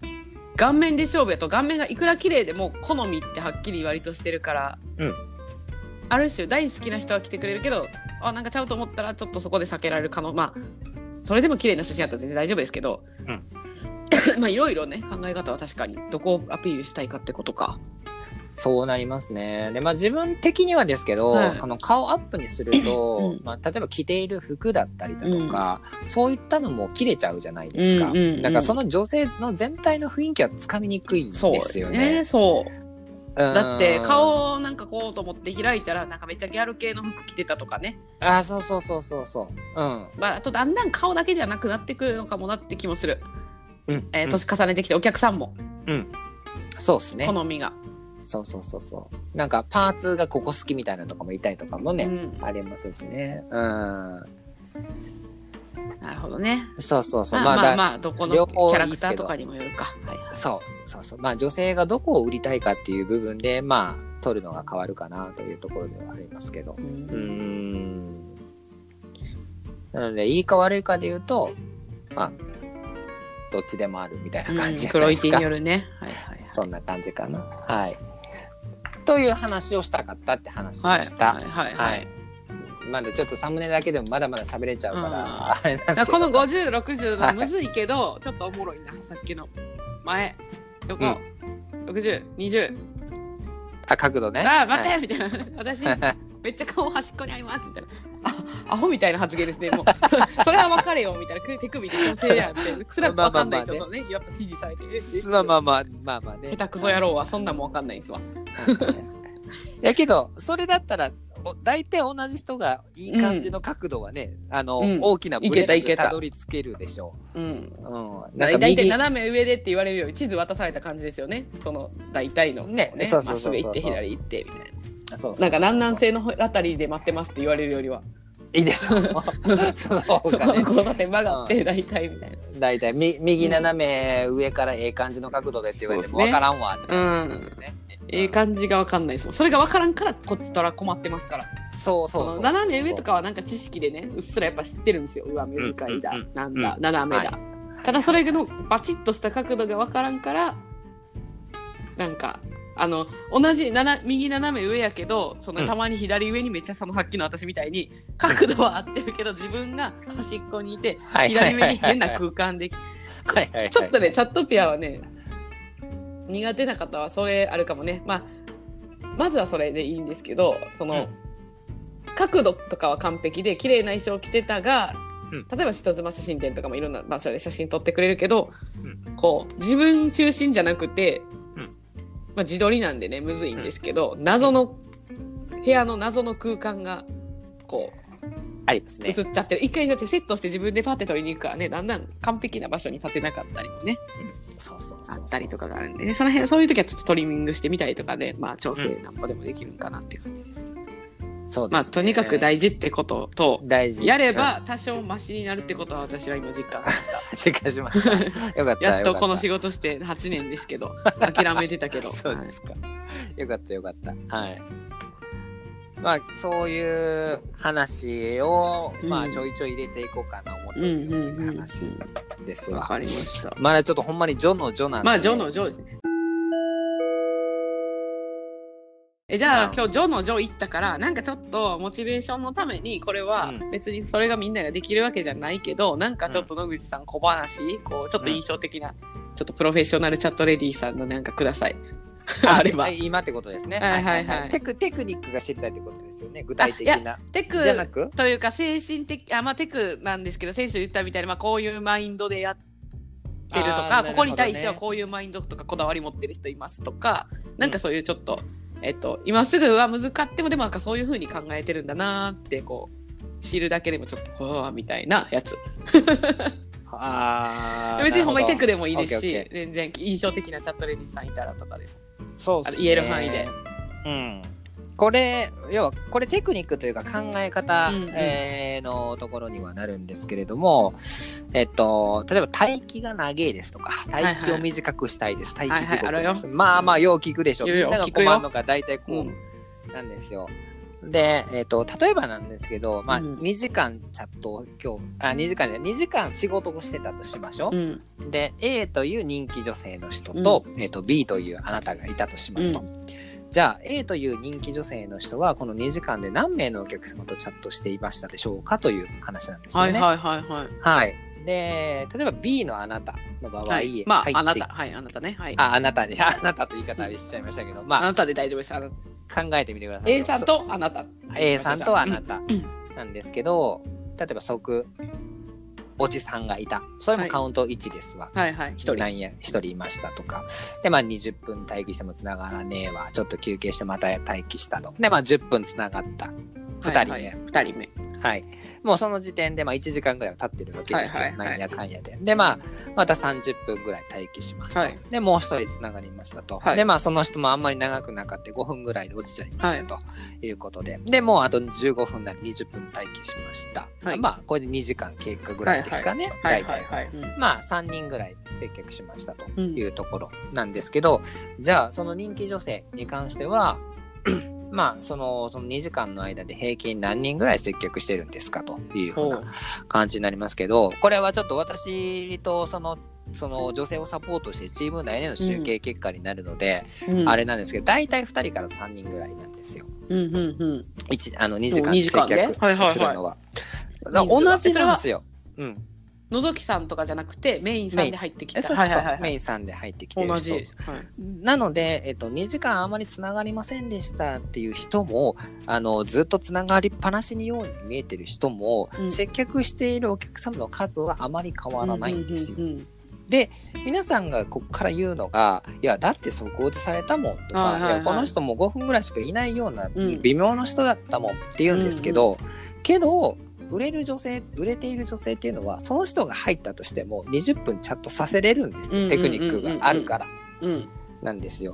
顔面で勝負やと顔面がいくら綺麗でも好みってはっきり割としてるから、うん、ある種大好きな人は来てくれるけどあなんかちゃうと思ったらちょっとそこで避けられる可能まあそれでも綺麗な写真やったら全然大丈夫ですけど、うん、まあいろいろね考え方は確かにどこをアピールしたいかってことか。 そうなりますね。で、まあ自分的にはですけど、はい、あの顔アップにすると、うん、まあ例えば着ている服だったりだとか、うん、そういったのも切れちゃうじゃないですか。うんうんうん、だからその女性の全体の雰囲気はつかみにくいんですよね。 そうね、そう。だって顔をなんかこうと思って開いたらなんかめっちゃギャル系の服着てたとかね。 ああ、そうそうそうそうそう。うん。 まああとだんだん顔だけじゃなくなってくるのかもなって気もする。うん。えー、年重ねてきてお客さんも。 うん。そうですね。 好みが。 そうそうそうそう。なんかパーツがここ好きみたいなのとかもいたりとかもね、うん、ありますしね。うん。 なるほどね。 そうそうそう。 まあまあまあ、まあ、どこのキャラクターとかにもよるか。はいはい。 そうそうそう。まあ女性がどこを売りたいかっていう部分で、まあ取るのが変わるかなというところではありますけど。うん。うーんなのでいいか悪いかで言うと、まあどっちでもあるみたいな感じじゃないですか。 黒い手によるね。はいはい、はい。 そんな感じかな。はい。という話をしたかったって話でした。はいはいはい、はい。まだちょっとサムネだけでもまだまだ喋れちゃうから、うん、あれなんですけど。 このごじゅう、ろくじゅうのむずいけど、はい、ちょっとおもろいな。さっきの前、横、うん、ろくじゅう、にじゅう。 あ、角度ね。 あ、待て、はい、みたいな。私、めっちゃ顔端っこにありますみたいな。あ、アホみたいな発言ですね。もうそれは分かれよみたいな。手首で女性やってそれは分かんないですよ、まあまあまあね、やっぱ指示されてまあまあまあまあまあね、 下手くそ野郎はそんなも分かんないですわやけどそれだったら大体同じ人がいい感じの角度はね、うん、あの、うん、大きなブレでたどり着けるでしょう。うん。うん。 なんか大体斜め上でって言われるより地図渡された感じですよね。その大体のね、まっすぐ行って左行ってみたいな。そうそう。なんか南南西のあたりで待ってますって言われるよりは。 いいでしょその方がね。 交差点曲がって大体みたいな。 大体み右斜め上からええ感じの角度でって言われても分からんわって、ね。 うん。ええ感じが分かんないですもん。それが分からんからこっちとら困ってますから。 そうそうそうそう。 斜め上とかはなんか知識でね、うっすらやっぱ知ってるんですよ。上目遣いだ、うんうん、なんだ、うん、斜めだ。はい、ただそれのバチッとした角度が分からんから、なんか。あの同じなな右斜め上やけどそのたまに左上にめっちゃそのさっきの私みたいに角度は合ってるけど自分が端っこにいて左上に変な空間でちょっとねチャットピアはね苦手な方はそれあるかもね、まあ、まずはそれでいいんですけどその、うん、角度とかは完璧で綺麗な衣装を着てたが、うん、例えば人妻写真展とかもいろんな場所で写真撮ってくれるけど、うん、こう自分中心じゃなくてまあ、自撮りなんでねむずいんですけど、うん、謎の部屋の謎の空間がこうありますね映っちゃってる。一回だってセットして自分でパッて撮りに行くからねだんだん完璧な場所に立てなかったりもね、 うん、そうそうそうそうあったりとかがあるんで、ね、その辺そういう時はちょっとトリミングしてみたりとかで、まあ調整なんぼでもできるんかなっていう感じです、うんそうですね、 まあとにかく大事ってことと大事やれば多少マシになるってことは私は今実感しました実感しましたよかったやっとこの仕事してはちねんですけど諦めてたけどそうですか、はい、よかったよかったはいまあそういう話を、うん、まあちょいちょい入れていこうかな思っている話ですわ、 わかりました。 まだちょっとほんまにジョのジョなんで、 まあジョのジョですね。えじゃあ今日ジョのジョ行ったからなんかちょっとモチベーションのためにこれは別にそれがみんなができるわけじゃないけど、うん、なんかちょっと野口さん小話こうちょっと印象的な、うん、ちょっとプロフェッショナルチャットレディさんのなんかくださいあれば今ってことですね、 はいはいはい、 テク、テクニックが知りたいってことですよね具体的な。いやテクじゃなくというか精神的あまあテクなんですけど先週言ったみたいに、まあ、こういうマインドでやってるとか、ね、ここに対してはこういうマインドとかこだわり持ってる人いますとか、うん、なんかそういうちょっとえっと、今すぐは難かってもでもなんかそういう風に考えてるんだなってこう知るだけでもちょっとほわみたいなやつあ別にほんまにテクでもいいですし全然印象的なチャットレディさんいたらとかでもそうですね言える範囲で、 うん、これ要はこれテクニックというか考え方、うんうんえー、のところにはなるんですけれどもえっと例えば待機が長いですとか待機を短くしたいです、はいはい、待機時刻です、はいはい、まあまあよう聞くでしょうみんなが困るのが大体こう、うん、なんですよで、えっと例えばなんですけどまあ、うん、にじかんチャットを今日あにじかんじゃにじかん仕事をしてたとしましょう、うん、で A という人気女性の人と、うんえっと、B というあなたがいたとしますと、うんじゃあ A という人気女性の人はこのにじかんで何名のお客様とチャットしていましたでしょうかという話なんですよね。 はいはいはいはい。 はい。で、例えば B のあなたの場合、はい、 まああなた、はいあなたね、はい。 ああなたね、あなたと言い方あれしちゃいましたけど、まああなたで大丈夫です。あなた考えてみてください。 A さんとあなた。 A さんとあなたなんですけど、例えば即おじさんがいた。それもカウントいちですわ。 はいはい。 一人。何や、一人いましたとか。で、まあにじゅっぷん待機しても繋がらねえわ。ちょっと休憩してまた待機したと。で、まあじゅっぷん繋がった。二人目。はいはい、 二人目。 はい。もうその時点で、まあいちじかんぐらいは経ってるわけですよ。はいはいはい、なんやかんやで。で、まあ、またさんじゅっぷんぐらい待機しました。はい、で、もう一人繋がりましたと。はい、で、まあその人もあんまり長くなかったごふんぐらいで落ちちゃいましたと、はい、いうことで。で、もうあとじゅうごふんなりにじゅっぷん待機しました。はい、まあ、これでにじかん経過ぐらいですかね。 はいはい。はいはいはい、まあ、さんにんぐらい接客しましたというところなんですけど、うん、じゃあ、その人気女性に関しては、まあ、その、そのにじかんの間で平均何人ぐらい接客してるんですかというふうな感じになりますけど、これはちょっと私とその、その女性をサポートしてチーム内での集計結果になるので、うん、あれなんですけど、大体ふたりからさんにんぐらいなんですよ。 うんうんうん。 あのにじかん接客するのは。はいはいはい、同じなんですよ。うん。 のぞきさんとかじゃなくてメインさんで入ってきた。 そうそうそう、はいはいはい、メインさんで入ってきてる人。同じ。はい、なので、えっと、にじかんあまりつながりませんでしたっていう人も、あの、ずっとつながりっぱなしにように見えてる人も、うん、接客しているお客様の数はあまり変わらないんですよ。うんうんうんうん、で、皆さんがここから言うのが、いや、だって即落ちされたもんとか、はいはいはい、いや、この人もごふんぐらいしかいないような微妙な人だったもんって言うんですけど、うんうんうん、けど、売れる女性、売れている女性っていうのは、その人が入ったとしてもにじゅっぷんチャットさせれるんですよ。テクニックがあるから。うん、なんですよ。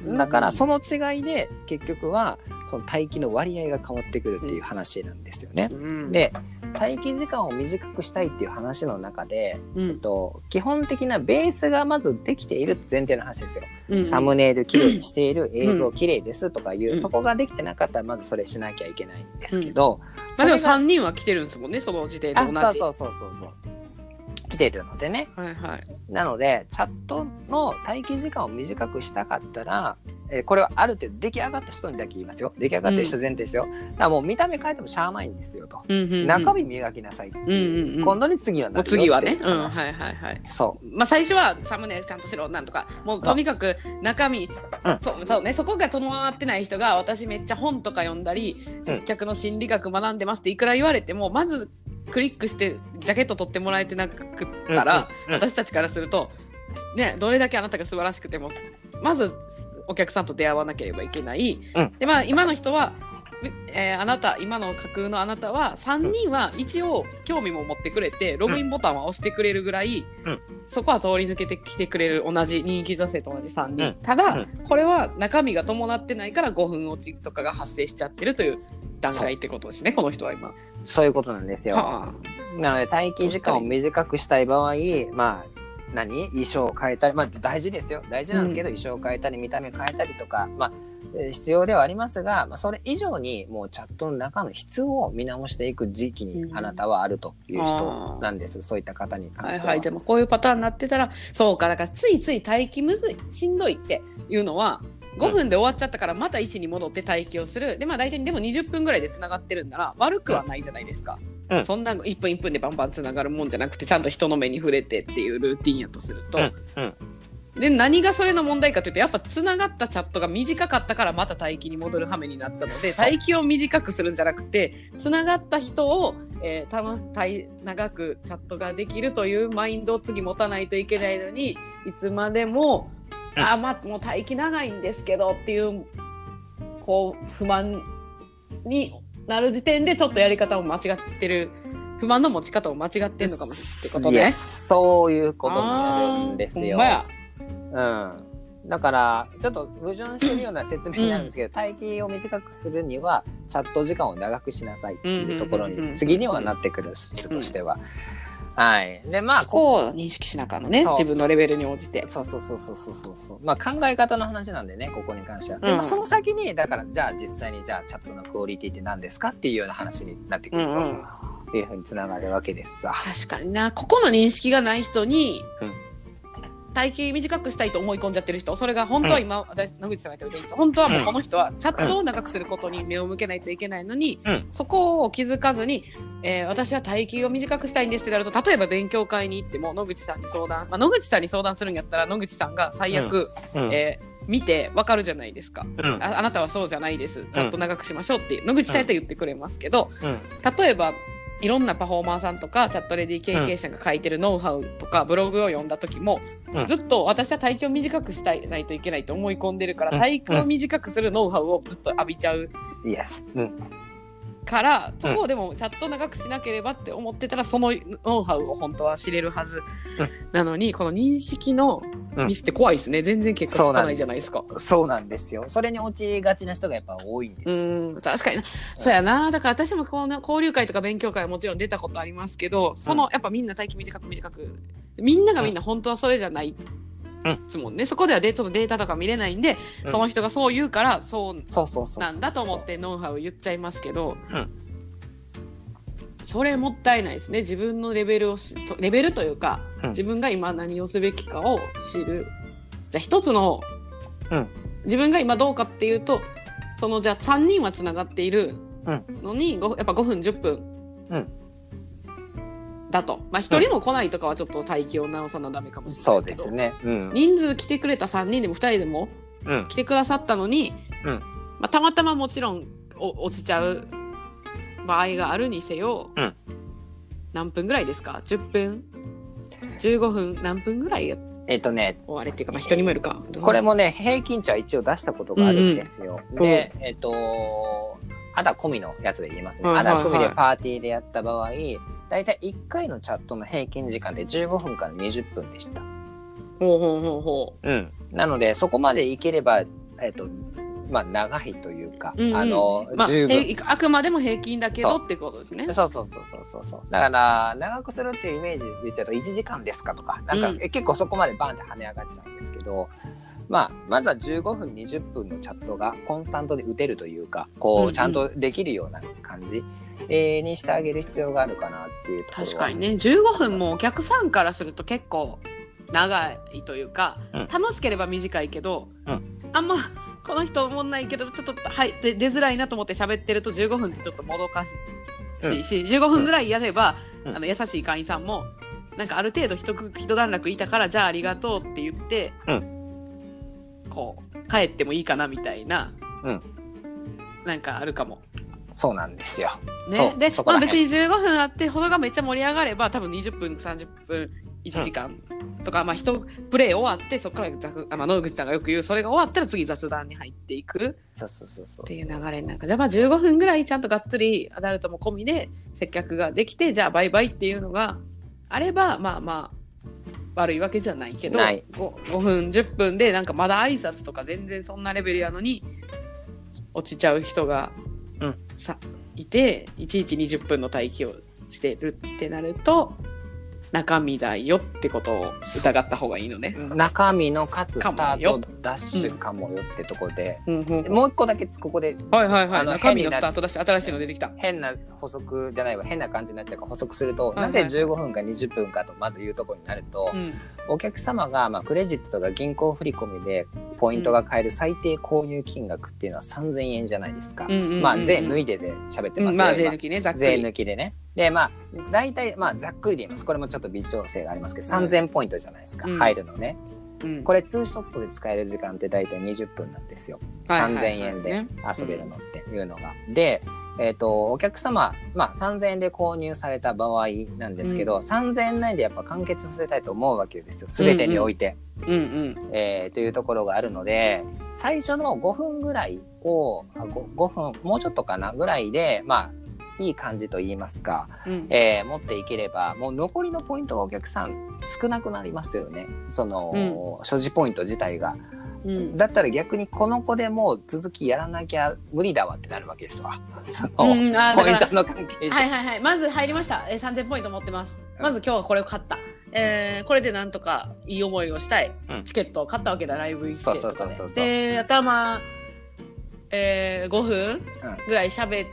だからその違いで結局はその待機の割合が変わってくるっていう話なんですよね。うん、で待機時間を短くしたいっていう話の中で、うん、えっと、基本的なベースがまずできている前提の話ですよ。うん、サムネイルきれいにしている、映像きれいですとかいう、うん、そこができてなかったらまずそれしなきゃいけないんですけど、うん、 まあ、でもさんにんは来てるんですもんね、その時点で同じ。 そうそうそうそうそう来てるのでね、はいはい、なのでチャットの待機時間を短くしたかったら、えー、これはある程度出来上がった人にだけ言いますよ。出来上がった人前提ですよ、うん、だからもう見た目変えてもしゃあないんですよと、うんうんうん、中身磨きなさいっていう、うんうん、今度に次はなるよって次はね、うん、はいはいはいそう、まあ、最初はサムネちゃんとしろなんとかもうとにかく中身、うん、そうそうね、そこが整ってない人が私めっちゃ本とか読んだり接客の心理学学んでますっていくら言われてもまずクリックしてジャケット取ってもらえてなくったら、うんうん、私たちからすると、ね、どれだけあなたが素晴らしくてもまずお客さんと出会わなければいけない、うん、でまあ今の人は、えー、あなた今の架空のあなたはさんにんは一応興味も持ってくれてログインボタンは押してくれるぐらい、うん、そこは通り抜けてきてくれる同じ人気女性と同じさんにん、うん、ただ、うん、これは中身が伴ってないからごふん落ちとかが発生しちゃってるという段階ってことですね、この人は今。 そういうことなんですよ。はあ、なので待機時間を短くしたい場合、まあ何衣装を変えたり、まあ大事ですよ、大事なんですけど、うん、衣装を変えたり見た目変えたりとか、まあ必要ではありますが、まあ、それ以上にもうチャットの中の質を見直していく時期にあなたはあるという人なんです、うん、そういった方に関しては。はいはい、でもこういうパターンになってたら、そうか、だからついつい待機むずい、しんどいっていうのはごふんで終わっちゃったからまた位置に戻って待機をする。でまあ大体でもにじゅっぷんぐらいでつながってるんなら悪くはないじゃないですか、うん、そんないっぷんいっぷんでバンバンつながるもんじゃなくてちゃんと人の目に触れてっていうルーティンやとすると、うんうん、で何がそれの問題かというとやっぱつながったチャットが短かったからまた待機に戻る羽目になったので待機を短くするんじゃなくてつながった人を、えー、楽し長くチャットができるというマインドを次持たないといけないのにいつまでもあ、まあ、もう待機長いんですけどっていうこう不満になる時点でちょっとやり方を間違ってる、不満の持ち方を間違ってるのかもってことね。 そういうことになるんですよ。ほんまや。うん。だからちょっと矛盾してるような説明になるんですけど、待機を短くするにはチャット時間を長くしなさいっていうところに次にはなってくる説としては。はい。で、まあ、 ここを認識しなかのね。自分のレベルに応じて。 そうそうそうそうそうそうそう。まあ、考え方の話なんでね、ここに関しては。で、まあ、その先に、だから、じゃあ実際に、じゃあチャットのクオリティって何ですかっていうような話になってくるというふうにつながるわけですさ。 確かにな。ここの認識がない人に、うん待機短くしたいと思い込んじゃってる人、それが本当は今、うん、私野口さんが言ったように本当はもうこの人はチャットを長くすることに目を向けないといけないのに、うん、そこを気づかずに、えー、私は待機を短くしたいんですってなると、例えば勉強会に行っても野口さんに相談、まあ、野口さんに相談するんやったら野口さんが最悪、うんえー、見てわかるじゃないですか、うん、あ, あなたはそうじゃないです、チャット長くしましょうっていう野口さんやったら言ってくれますけど、うん、例えばいろんなパフォーマーさんとかチャットレディ経験者が書いてるノウハウとかブログを読んだ時も、うん、ずっと私は待機を短くしたいないといけないと思い込んでるから、うん、待機を短くするノウハウをずっと浴びちゃう、うん、から、そこをでもチャット長くしなければって思ってたらそのノウハウを本当は知れるはず、うん、なのにこの認識のミスって怖いですね、うん、全然結果つかないじゃないですか。 そうなんですよ。それに落ちがちな人がやっぱ多いんですよ。 うん確かにな、うん、そうやな。だから私もこの交流会とか勉強会はもちろん出たことありますけど、そのやっぱみんな待機短く短くみんながみんな本当はそれじゃないですもんね、うん、そこではでちょっとデータとか見れないんで、うん、その人がそう言うからそうなんだと思ってノウハウ言っちゃいますけど、うん、それもったいないですね。自分のレベルをレベルというか、うん、自分が今何をすべきかを知る。じゃあ一つの、うん、自分が今どうかっていうと、そのじゃあさんにんはつながっているのに、うん、やっぱごふんじゅっぷん、うんだと、まあ、ひとりも来ないとかはちょっと待機を直さなダメかもしれないけど、そうですね、うん、人数来てくれたさんにんでもふたりでも来てくださったのに、うんまあ、たまたまもちろん落ちちゃう場合があるにせよ、うん、何分ぐらいですか？じゅっぷんじゅうごふん何分ぐらいやえっとね終わりっていうか、まあ、人にもいるか。 これもね平均値は一応出したことがあるんですよ、うんうん、でえっとあだ込みのやつで言いますね、はいはいはい、あだ込みでパーティーでやった場合だいたいいっかいのチャットの平均時間でじゅうごふんからにじゅっぷんでした。 ほうほうほうほう。 うん。なのでそこまでいければ、 えっとまあ長いというか、 うんうん、 あの、 まあ、 十分あくまでも平均だけどってことですね。 そうそうそうそうそうそう。だから長くするっていうイメージで言っちゃうといちじかんですかとか、なんか、うん、え結構そこまでバンって跳ね上がっちゃうんですけど、まあまずはじゅうごふんにじゅっぷんのチャットがコンスタントで打てるというか、こうちゃんとできるような感じ、うんうんえー、にしてあげる必要があるかなっていうところは。 確かにね、じゅうごふんもお客さんからすると結構長いというか、うん、楽しければ短いけど、うん、あんまこの人思んないけどちょっと、はい、で出づらいなと思って喋ってるとじゅうごふんってちょっともどかしい、うん、しじゅうごふんぐらいやれば、うん、あの優しい会員さんもなんかある程度一一段落いたからじゃあありがとうって言って、うん、こう帰ってもいいかなみたいな、うん、なんかあるかも。 そうなんですよ。 ね、で、まあ、別にじゅうごふんあってほどがめっちゃ盛り上がれば多分にじゅっぷんさんじゅっぷんいちじかんとか、うん、まあ一プレイ終わってそこから雑あ、まあ、野口さんがよく言うそれが終わったら次雑談に入っていくっていう流れなんかじゃあまあじゅうごふんぐらいちゃんとがっつりアダルトも込みで接客ができてじゃあバイバイっていうのがあればまあまあ悪いわけじゃないけど 5, ごふんじゅっぷんでなんかまだ挨拶とか全然そんなレベルやのに落ちちゃう人が、うん、さいていちいちにじゅっぷんの待機をしてるってなると中身だよってことを疑った方がいいのね。 中身のかつスタートダッシュかもよってとこで、うんうんうん、もう一個だけここで、 はいはいはい、中身のスタートダッシュ新しいの出てきた。 変な補足じゃないわ変な感じになっちゃうから補足すると、はいはい、なんでじゅうごふんかにじゅっぷんかとまず言うところになると、うん、お客様がまあクレジットとか銀行振込でポイントが買える最低購入金額っていうのはさんぜんえんじゃないですか。うんうんうんうん、まあ税抜いでで喋ってますよ、うん、 まあ税抜きねざっくり税抜きでね。でまあ大体まあざっくりで言います。これもちょっと微調整がありますけど、さんぜんポイントじゃないですか、うん、入るのね、うん、これツーショットで使える時間って大体にじゅっぷんなんですよ、はいはいはい、さんぜんえんで遊べるのっていうのが、うん、でえっ、ー、とお客様まあさんぜんえんで購入された場合なんですけど、うん、さんぜんえん内でやっぱ完結させたいと思うわけですよ全てにおいて、うんうんうんえー、というところがあるので最初のごふんぐらいを 5, ごふんもうちょっとかなぐらいでまあいい感じと言いますか、うんえー、持っていければもう残りのポイントがお客さん少なくなりますよねその、うん、所持ポイント自体が、うん、だったら逆にこの子でもう続きやらなきゃ無理だわってなるわけですわその、うん、あポイントの関係はいはいはいまず入りました、えー、さんぜんポイント持ってます、うん、まず今日はこれを買った、えー、これでなんとかいい思いをしたい、うん、チケットを買ったわけだライブ行ってとか、ね、そうそうそうそうで頭えー、ごふんぐらい喋って、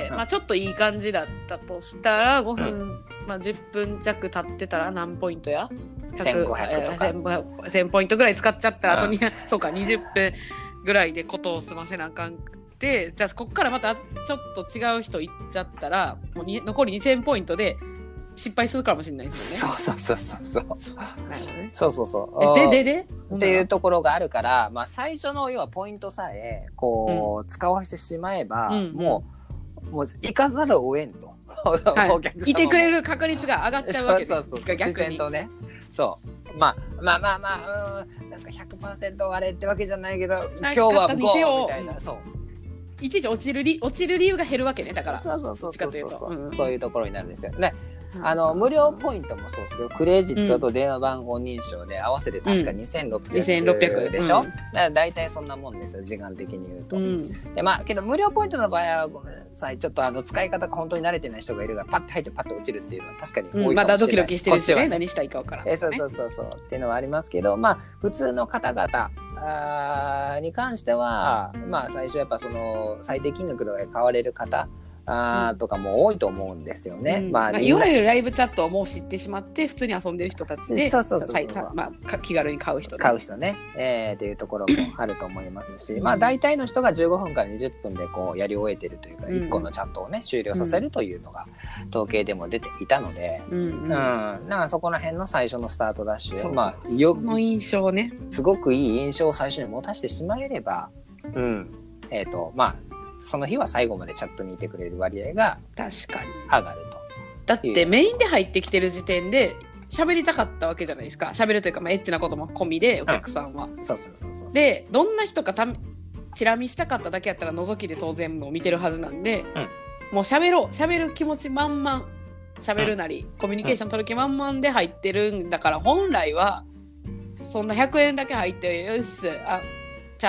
うんまあ、ちょっといい感じだったとしたらごふん、うんまあ、じゅっぷん弱経ってたら何ポイントやせんごひゃくとか、えー、せんポイントぐらい使っちゃったら、うん、あとにそうかにじゅっぷんぐらいでことを済ませなあかんくてじゃあこっからまたちょっと違う人行っちゃったらもうに残りにせんポイントで失敗するかもしれないですよね。 そうそうそうそうそうね、 そうそうそうでででっていうところがあるから、まあ、最初の要はポイントさえこう、うん、使わせてしまえば、うんうん、もうもう行かざるを得んと、 はい、お客様いてくれる確率が上がっちゃうわけです。そうそうそう逆にとねそうまあまあまあまあうんなんか ひゃくパーセント あれってわけじゃないけど今日はゴーみたいな、うん、そういちいち落ちるり落ちる理由が減るわけねだからそうそうそうそうそうそう、うん、そういうところになるんですよね。あの無料ポイントもそうですよ。クレジットと電話番号認証で合わせて確かにせんろっぴゃくでしょ、うん、だから大体そんなもんですよ時間的に言うと、うん、でまあけど無料ポイントの場合はごめんなさいちょっとあの使い方が本当に慣れてない人がいるからパッと入ってパッと落ちるっていうのは確かに多いかもしれない、うん、 まだドキドキしてるしね何したいか分からん、ねえー、そうそうそうそうっていうのはありますけどまあ普通の方々あに関してはまあ最初やっぱその最低金額で買われる方あーとかも多いと思うんですよね、 うんまあ、まあいわゆるライブチャットをもう知ってしまって普通に遊んでる人たちでそうそうそうそう、まあ、気軽に買う人、ね、 買う人ね、えー、っていうところもあると思いますし、まあ大体の人がじゅうごふんからにじゅっぷんでこうやり終えてるというか、うん、いっこのチャットをね終了させるというのが統計でも出ていたので、うんうんうん、なんかそこら辺の最初のスタートダッシュまあよその印象ねすごくいい印象を最初に持たせてしまえれば、うんえーとまあその日は最後までチャットにいてくれる割合が確かに上がると。 だってメインで入ってきてる時点で喋りたかったわけじゃないですか。喋るというか、まあ、エッチなことも込みでお客さんは、うん、そうそうそうそうでどんな人かたチラ見したかっただけやったら覗きで当然もう見てるはずなんで、うん、もう喋ろう喋る気持ち満々喋るなり、うん、コミュニケーション取る気満々で入ってるんだから本来はそんなひゃくえんだけ入ってよっすあちゃう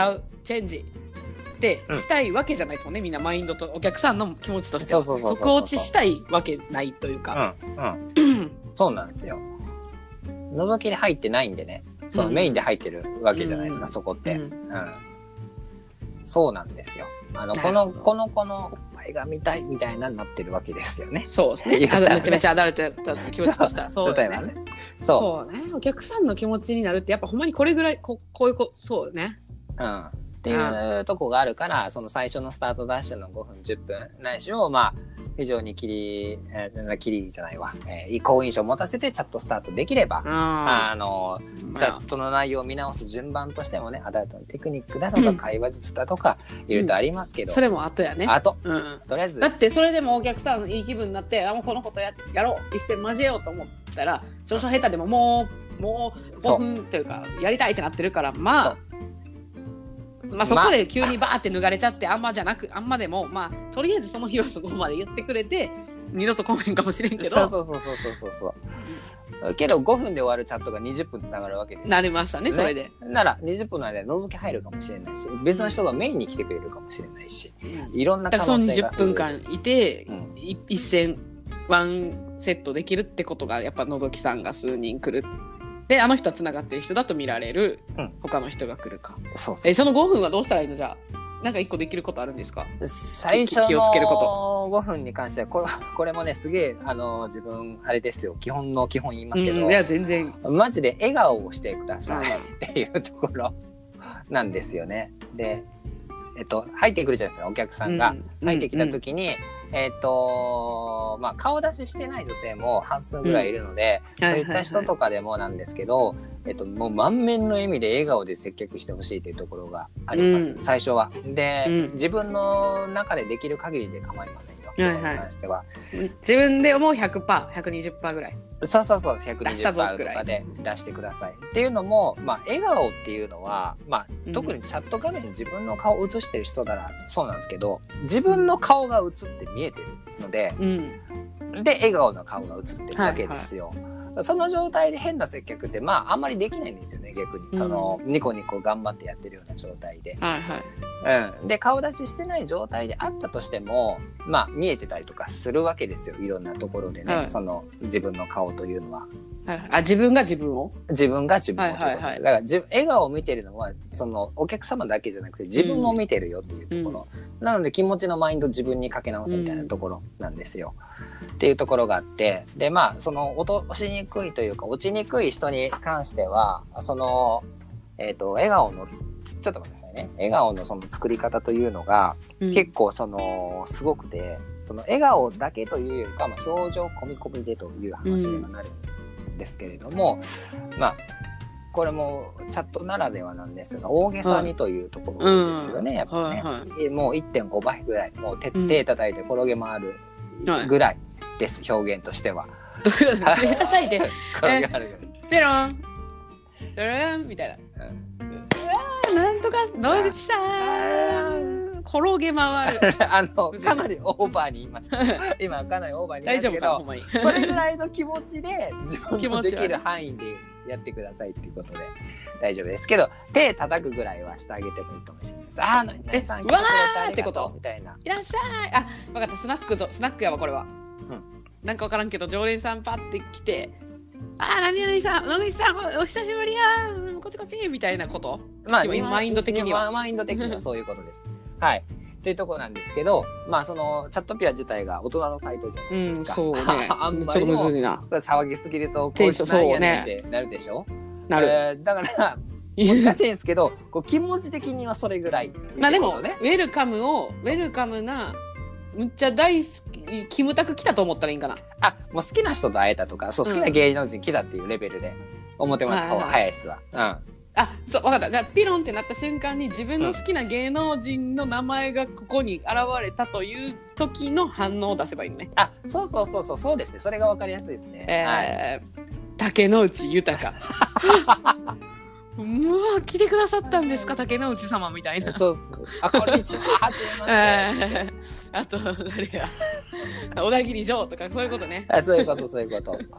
チェンジってしたいわけじゃないですもんね、うん、みんなマインドとお客さんの気持ちとしては即落ちしたいわけないというか、 うんうん、そうなんですよ。覗きで入ってないんでね、そのメインで入ってるわけじゃないですか、うん、そこって、うんうん、そうなんですよ。あのこのこの子のおっぱいが見たいみたいなになってるわけですよね。 そうですね。ねめちゃめちゃアダルトだ気持ちとしたらそうだね。 そうそうね。お客さんの気持ちになるってやっぱほんまにこれぐらいここういうこそうね。 うん。っていうとこがあるから、その最初のスタートダッシュのごふんじゅっぷんないしをまあ非常に切り、えー、切りじゃないわ、えー、好印象を持たせてチャットスタートできれば、ああのチャットの内容を見直す順番としてもね、アダルトのテクニックだとか、うん、会話術だとかいろいろとありますけど、 うん、それも後やね。 後、 うん、 とりあえずだってそれでもお客さんいい気分になって、あもうこのこと や, やろう一戦交えようと思ったら少々下手でももうもうごふんというかやりたいってなってるから、まあまあそこで急にバーって脱がれちゃってあんまじゃなくあんまでもまあとりあえずその日はそこまで言ってくれて二度と来ないかもしれんけど、 そうそうそうそうそうそうそうけどごふんで終わるチャットがにじゅっぷんつながるわけです。 なりました ね, ねそれでならにじゅっぷんの間で覗き入るかもしれないし、別の人がメインに来てくれるかもしれないし、うん、いろんな可能性が。そのにじゅっぷんかんいて、うん、 一戦ワンセットできるってことがやっぱ覗きさんが数人来るで、あの人はつながってる人だと見られる、うん、他の人が来るか。 そうそう。 え、そのごふんはどうしたらいいの？じゃあなんか一個できることあるんですか？ 最初のごふんに関してはこれ、これもねすげえあの自分あれですよ、基本の基本言いますけど、 うん、いや全然マジで笑顔をしてくださいっていうところなんですよね。で、えっと入ってくるじゃないですか、お客さんが、うん、入ってきた時に。うんうんえっ、ー、とまあ顔出ししてない女性も半数ぐらいいるので、うん、そういった人とかでもなんですけど、はいはいはい、えっともう満面の笑みで笑顔で接客してほしいというところがあります、うん、最初は。で、うん、自分の中でできる限りで構いませんよ。はいはい、に関しては自分で思う ひゃくパーセント、ひゃくにじゅっパーセント ぐらい。 そうそうそう、ひゃくにじゅっパーセント とかで出してくださいっていうのも、まあ笑顔っていうのは、まあ、特にチャット画面に自分の顔を映してる人ならそうなんですけど、自分の顔が映って見えてるので、うん、で笑顔の顔が映ってるわけですよ、はいはい、その状態で変な接客ってまああんまりできないんですよね、逆に、うん、そのニコニコ頑張ってやってるような状態で、はいはい、うん、で顔出ししてない状態であったとしてもまあ見えてたりとかするわけですよ、いろんなところでね、はい、その自分の顔というのは、 はい、あ自分が自分を自分が自分を、はいはいはい、だから自笑顔を見てるのはそのお客様だけじゃなくて自分も見てるよっていうところ、うん、なので気持ちのマインド自分にかけ直すみたいなところなんですよ、うん、っていうところがあって、でまあその落としにくいというか落ちにくい人に関してはそのえっと笑顔のちょっと待ってくださいね、笑顔のその作り方というのが、うん、結構そのすごくて、その笑顔だけというよりか、まあ、表情込み込みでという話にはなるんですけれども、うん、まあこれもチャットならではなんですが大げさにというところですよね、はい、やっぱね、はいはい、もう いってんご 倍ぐらいもう手叩いて転げ回るぐらいです、はい、表現としては。 どういうこと手叩いて転げ回るペロンペロンみたいな、うん、なんとか野口さん転げ回るあのかなりオーバーに言いました今かなりオーバーに言いましたけど、大丈夫かほんまにそれぐらいの気持ちで自分のできる範囲でやってくださいっていうことで大丈夫ですけど、手叩くぐらいはしてあげてもいいかもしれないです。ああ何々さん来てくれてありがとうみたいな、 いらっしゃい、あ分かった、スナックとスナックやわこれは、うん、なんか分からんけど常連さんパッて来て、あー何々さん野口さん お, お久しぶりやこっちこっちみたいなこと、 まあマインド的にはマインド的にはそういうことですはいっていうところなんですけど、まあそのチャットピア自体が大人のサイトじゃないですか、 うん、そうねあんまりもちょっとむずいな、 騒ぎすぎるとこうしないやねってなるでしょ、なる、えー、だから難しいんですけどこう気持ち的にはそれぐらい、ね、 まあでもウェルカムをウェルカムなむっちゃ大好きキムタク来たと思ったらいいんかな、 あもう好きな人と会えたとか、そう好きな芸能人来たっていうレベルで思ってもらった方が早いですわ、うん、あそう分かった、じゃあピロンってなった瞬間に自分の好きな芸能人の名前がここに現れたという時の反応を出せばいいのね、 あそうそうそうそうそうですね、それが分かりやすいですね、 えーはい、竹野内豊うわ来てくださったんですか竹野内様みたいな、 そうそうあこんにちははじめまして、 えー、あと誰や小田切城とかそういうことね、 あそういうことそういうこと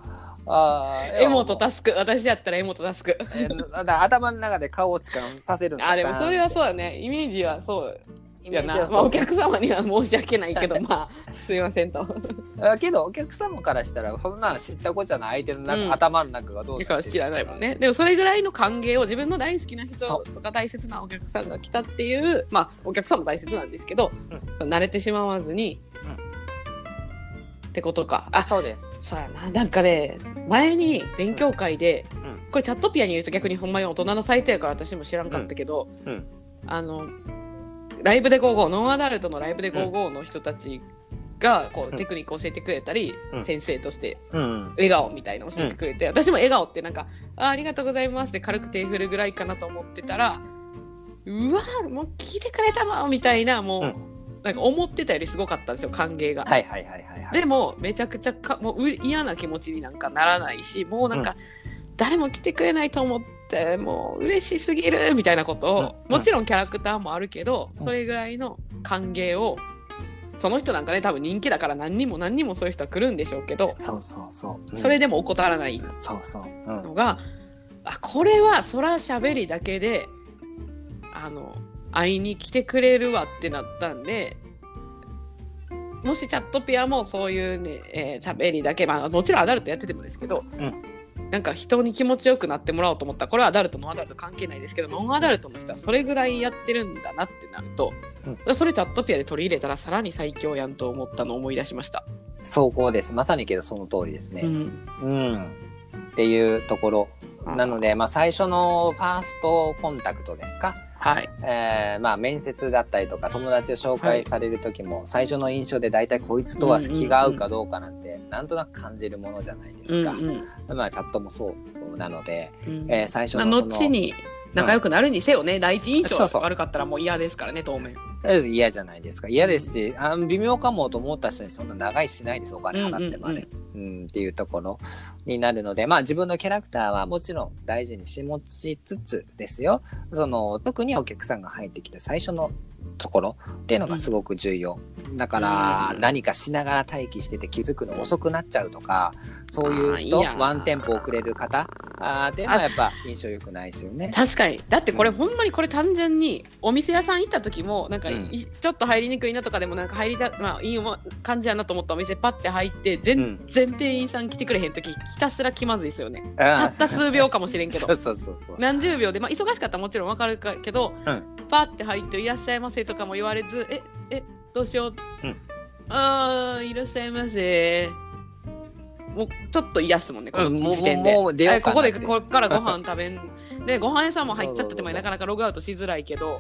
あエモとタスク、私やったらエモとタスク。 えー、だから頭の中で顔を使わさせるんだ。 あ、でもそれはそうだね。イメージはそういやな、まあ、お客様には申し訳ないけどまあすいませんと。 けどお客様からしたらそんなの知ったことじゃない相手の中、うん、頭の中がどうか知らないもんね。でもそれぐらいの歓迎を自分の大好きな人とか大切なお客さんが来たっていうまあお客さんも大切なんですけど、うん、慣れてしまわずに、うん、ってことか。 あ、そうです。 そうやな。なんかね前に勉強会で、うん、これチャットピアに言うと逆にほんまに大人のサイトやから私も知らんかったけど、うんうん、あのライブでゴーゴーノンアダルトのライブでゴーゴーの人たちがこうテクニックを教えてくれたり、うん、先生として笑顔みたいなの教えてくれて、うん、私も笑顔ってなんか あ, ありがとうございますって軽く手振るぐらいかなと思ってたらうわもう聞いてくれたのみたいなもう、うん、なんか思ってたよりすごかったんですよ歓迎が。 はいはいはいはい、はい、 でもめちゃくちゃかもう嫌な気持ちになんかならないしもうなんか、うん、誰も来てくれないと思ってもう嬉しすぎるみたいなことを、うん、もちろんキャラクターもあるけど、うん、それぐらいの歓迎をその人なんかね多分人気だから何人も何人もそういう人は来るんでしょうけどそうそうそう、うん、 それでも怠らないのがそうそう、うん、 あこれはそらしゃべりだけであの会いに来てくれるわってなったんでもしチャットピアもそういうねえー、しゃべりだけまあもちろんアダルトやっててもですけど、うんなんか人に気持ちよくなってもらおうと思ったらこれはアダルトノンアダルト関係ないですけどノンアダルトの人はそれぐらいやってるんだなってなると、うん、それチャットピアで取り入れたらさらに最強やんと思ったのを思い出しました。 そうこうですまさにけどその通りですね、うんうん、っていうところなので、まあ、最初のファーストコンタクトですかはいえーまあ、面接だったりとか友達を紹介される時も、はい、最初の印象で大体こいつとは気が合うかどうかなんて、うんうんうん、なんとなく感じるものじゃないですか、うんうんまあ、チャットもそうなので、うんえー、最初のその、 まあ、後に仲良くなるにせよね、うん、第一印象が悪かったらもう嫌ですからね当面嫌じゃないですか嫌ですしあ微妙かもと思った人にそんな長いしないですお金払ってまで、うんうんうん、っていうところになるのでまあ自分のキャラクターはもちろん大事にし持ちつつですよその特にお客さんが入ってきた最初のところっていうのがすごく重要、うん、だから何かしながら待機してて気づくの遅くなっちゃうとかそういう人ワンテンポ遅れる方あっていうのはやっぱ印象良くないですよね。 確かにだってこれ、うん、ほんまにこれ単純にお店屋さん行った時もなんか、うん、ちょっと入りにくいなとかでもなんか入りだ、まあ、いい感じやなと思ったお店パッて入って全然店員さん来てくれへん時ひたすら気まずいですよね、うん、たった数秒かもしれんけどそうそうそうそう何十秒で、まあ、忙しかったらもちろん分かるけど、うん、パッて入っていらっしゃいませとかも言われずええどうしよう、うん、あーいらっしゃいませもうちょっと癒すもんねこの時点で、うん、もうもう出ようかなここでこっからご飯食べんでご飯屋さんも入っちゃっててもなかなかログアウトしづらいけど、うん、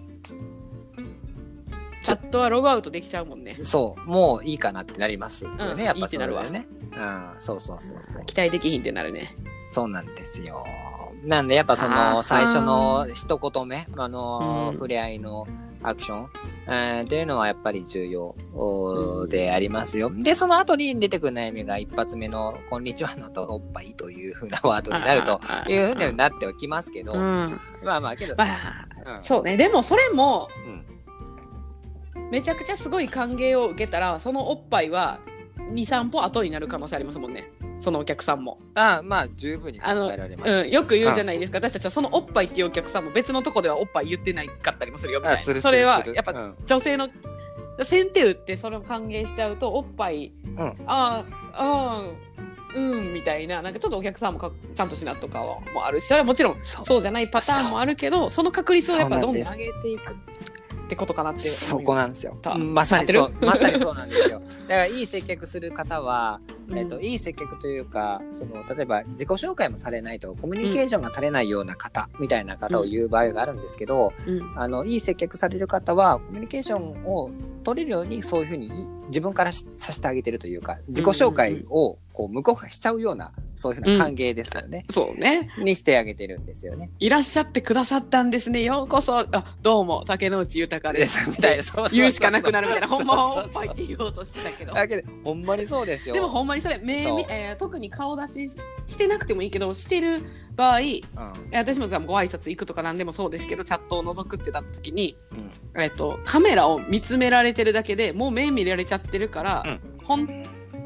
チャットはログアウトできちゃうもんねそうもういいかなってなりますよね、うん、やっぱそうだよねうん、 そうそうそうそう期待できひんってなるねそうなんですよなんでやっぱその最初の一言目あの、うん、触れ合いのアクション、えー、っていうのはやっぱり重要でありますよ。で、その後に出てくる悩みが一発目のこんにちはのとおっぱいという風なワードになるという風になってはきますけど、うん、まあまあけど、まあうん、そうね。でもそれも、うん、めちゃくちゃすごい歓迎を受けたらそのおっぱいはに、さん歩後になる可能性ありますもんね。そのお客さんもああまあ十分に考えられます、 うん、よく言うじゃないですか、うん、私たちはそのおっぱいっていうお客さんも別のとこではおっぱい言ってないかったりもするよみたいなするするするそれはやっぱ女性の、うん、先手打ってそれを歓迎しちゃうとおっぱい、うん、あああうんみたいななんかちょっとお客さんもかちゃんとしなとかもあるしそれはもちろんそうじゃないパターンもあるけど そ, その確率をやっぱどんどん上げていくってことかなってそこなんですよまさにそうまさにそうなんですよだからいい接客する方は、うんえー、といい接客というかその例えば自己紹介もされないとコミュニケーションが足れないような方、うん、みたいな方を言う場合があるんですけど、うん、あのいい接客される方はコミュニケーションを取れるようにそういうふうに自分からさせてあげてるというか自己紹介をこう向こうがしちゃうようなそういうふうな歓迎ですよね、 うん、そうねにしてあげてるんですよねいらっしゃってくださったんですねようこそあどうも竹野内豊ですみたいな言うしかなくなるみたいなほんまはおっぱいって言おうとしてたけどだけどほんまにそうですよでもほんまにそれ目み、えー、特に顔出ししてなくてもいいけどしてる場合、うん、私もご挨拶行くとか何でもそうですけどチャットを覗くってなった時に、うんえー、とカメラを見つめられてるだけでもう目見られちゃってるから、うん、本当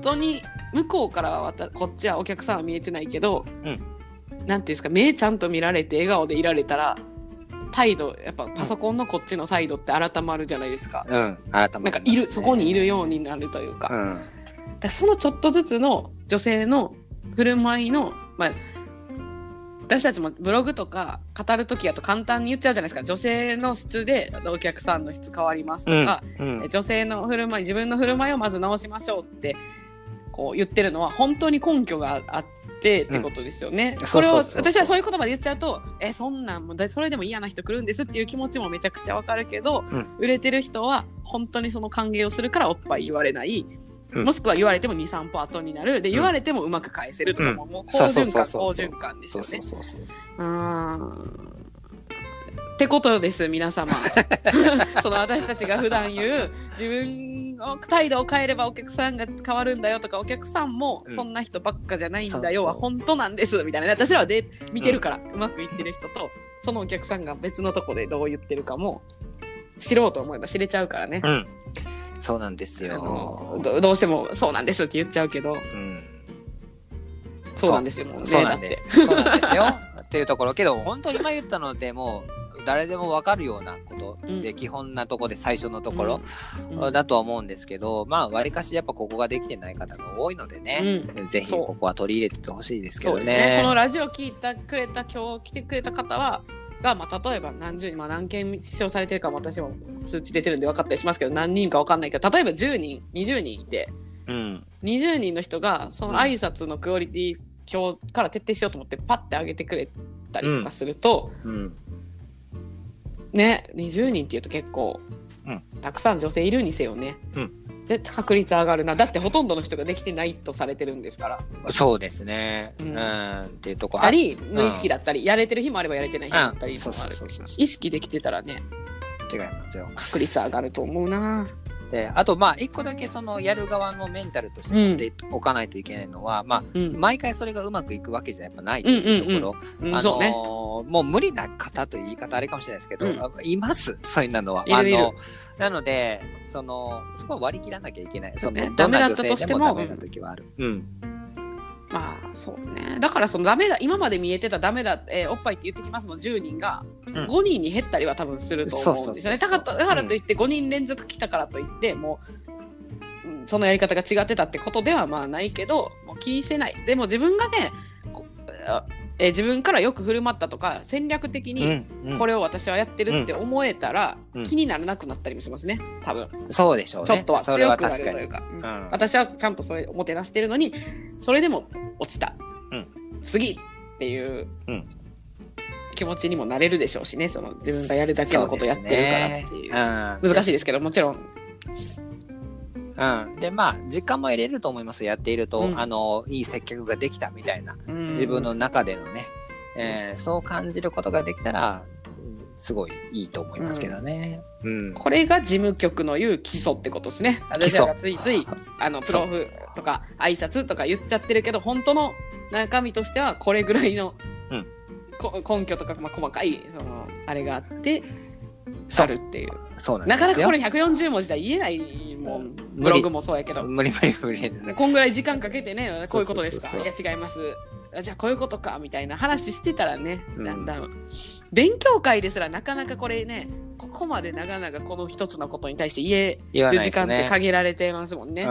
当に向こうからはこっちはお客さんは見えてないけど、うん、なんていうんですか、目ちゃんと見られて笑顔でいられたら態度やっぱパソコンのこっちの態度って改まるじゃないですか。うん、改まる、ね、なんかいるそこにいるようになるというか、うん、だそのちょっとずつの女性の振る舞いの、まあ、私たちもブログとか語るときやと簡単に言っちゃうじゃないですか。女性の質でお客さんの質変わりますとか、うんうん、女性の振る舞い、自分の振る舞いをまず直しましょうってこう言ってるのは本当に根拠があってってことですよね。これを私はそういう言葉で言っちゃうと、えそんなんもそれでも嫌な人来るんですっていう気持ちもめちゃくちゃわかるけど、うん、売れてる人は本当にその歓迎をするからおっぱい言われない。うん、もしくは言われても にさん 歩後になるで、言われてもうまく返せるとかも、うん、もう好循環好循環ですよね。ってことです皆様その私たちが普段言う自分の態度を変えればお客さんが変わるんだよとか、お客さんもそんな人ばっかじゃないんだよ、うん、は本当なんですみたいな、私らはで見てるから、うん、うまくいってる人とそのお客さんが別のとこでどう言ってるかも知ろうと思えば知れちゃうからね、うん、 そうなんですよ。 ど, どうしてもそうなんですって言っちゃうけど、うん、そうなんですよもうね。 そうなんです、そうなんですよっていうところけど、本当に今言ったのでもう誰でも分かるようなことで、うん、基本なところで最初のところ、うん、だとは思うんですけど、まあわりかしやっぱここができてない方が多いのでね、うん、ぜひここは取り入れててほしいですけど ね, ねこのラジオ聞いてくれた今日来てくれた方はが、まあ、例えば何十人、まあ、何件視聴されてるかも私も数値出てるんで分かったりしますけど、何人か分かんないけど、例えばじゅうにんにじゅうにんいて、うん、にじゅうにんの人がその挨拶のクオリティ今日から徹底しようと思ってパッて上げてくれたりとかすると、うんうん、ね、にじゅうにんっていうと結構、うん、たくさん女性いるにせよね、うん、絶対確率上がるな。だってほとんどの人ができてないとされてるんですから。 そうですね、うん、うん、っていうとこあり、無意識だったり、うん、やれてる日もあればやれてない日もあったりもある。意識できてたらね、 違いますよ、 確率上がると思うな。 であとまあ一個だけそのやる側のメンタルとして持っておかないといけないのは、うん、まあ、うん、毎回それがうまくいくわけじゃやっぱないというところ、うんうんうん、あのーそうね、もう無理な方という言い方あれかもしれないですけど、うん、いますそういうのは。いるいる。あのなのでそのそこは割り切らなきゃいけない。その、ね、どんな女性でもダメな時はある。うん。うん、 まあそうね。だからそのダメだ今まで見えてたダメだ、えー、おっぱいって言ってきますのじゅうにんがごにんに減ったりは多分すると思うんですよね。だからといってごにん連続来たからといってもう、うん、そのやり方が違ってたってことではまあないけど、もう気にせない。でも自分がね、えー、自分からよく振る舞ったとか戦略的にこれを私はやってるって思えたら、うんうん、気にならなくなったりもしますね多分。 そうでしょうね。 ちょっとは強くなるというか、うん、私はちゃんとそれもてなしてるのにそれでも落ちた、うん、次っていう、うん、気持ちにもなれるでしょうしね。その自分がやるだけのことやってるからっていう、ね、うん、難しいですけどもちろん。 うん、でまあ時間も入れると思います。やっていると、うん、あのいい接客ができたみたいな、うん、自分の中でのね、えー、そう感じることができたらすごいいいと思いますけどね、うんうん、 これが事務局の言う基礎ってことですね。私らがついついあのプロフとか挨拶とか言っちゃってるけど、本当の中身としてはこれぐらいの、うん、根拠とか、まあ、細かいそのあれがあってあるっていう。 そうなんですよ。なかなかこれひゃくよんじゅうもじでは言えないもん。ブログもそうやけど無理無理無理無理。 こんぐらい時間かけてね、こういうことですか、いや違います、じゃあこういうことかみたいな話してたらね、だんだん、うん、勉強会ですらなかなかこれね、ここまで長々この一つのことに対して言える時間って限られてますもんね。うん、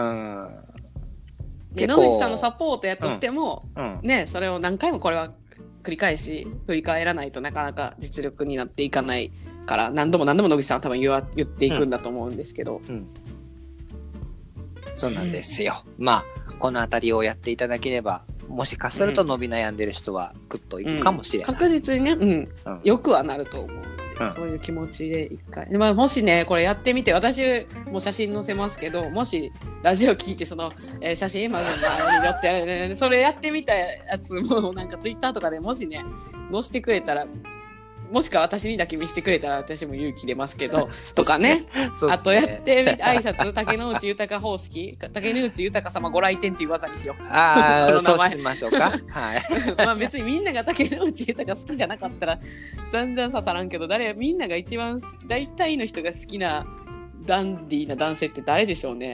で野口さんのサポートやとしても、うんうん、ね、それを何回もこれは繰り返し振り返らないとなかなか実力になっていかないから、何度も何度も野口さんは多分 言, わ言っていくんだと思うんですけど、うんうん、 そうなんですよ、うん、まあこのあたりをやっていただければ、もしかすると伸び悩んでる人はグッといくかもしれない、 うん、確実にね、うんうん、よくはなると思うので、うん、そういう気持ちで一回、まあ、もしねこれやってみて、私も写真載せますけど、もしラジオ聞いてその、えー、写真まずによって、ね、それやってみたやつもなんかツイッターとかでもしね載せてくれたら、もしくは私にだけ見せてくれたら私も勇気出ますけどとかね、ねあとやってみて挨拶竹之内豊方式、竹之内豊様ご来店っていう技にしよう。 ああそうしましょうかはいまあ別にみんなが竹之内豊好きじゃなかったら全然刺さらんけど、誰みんなが一番大体の人が好きなダンディーな男性って誰でしょうね。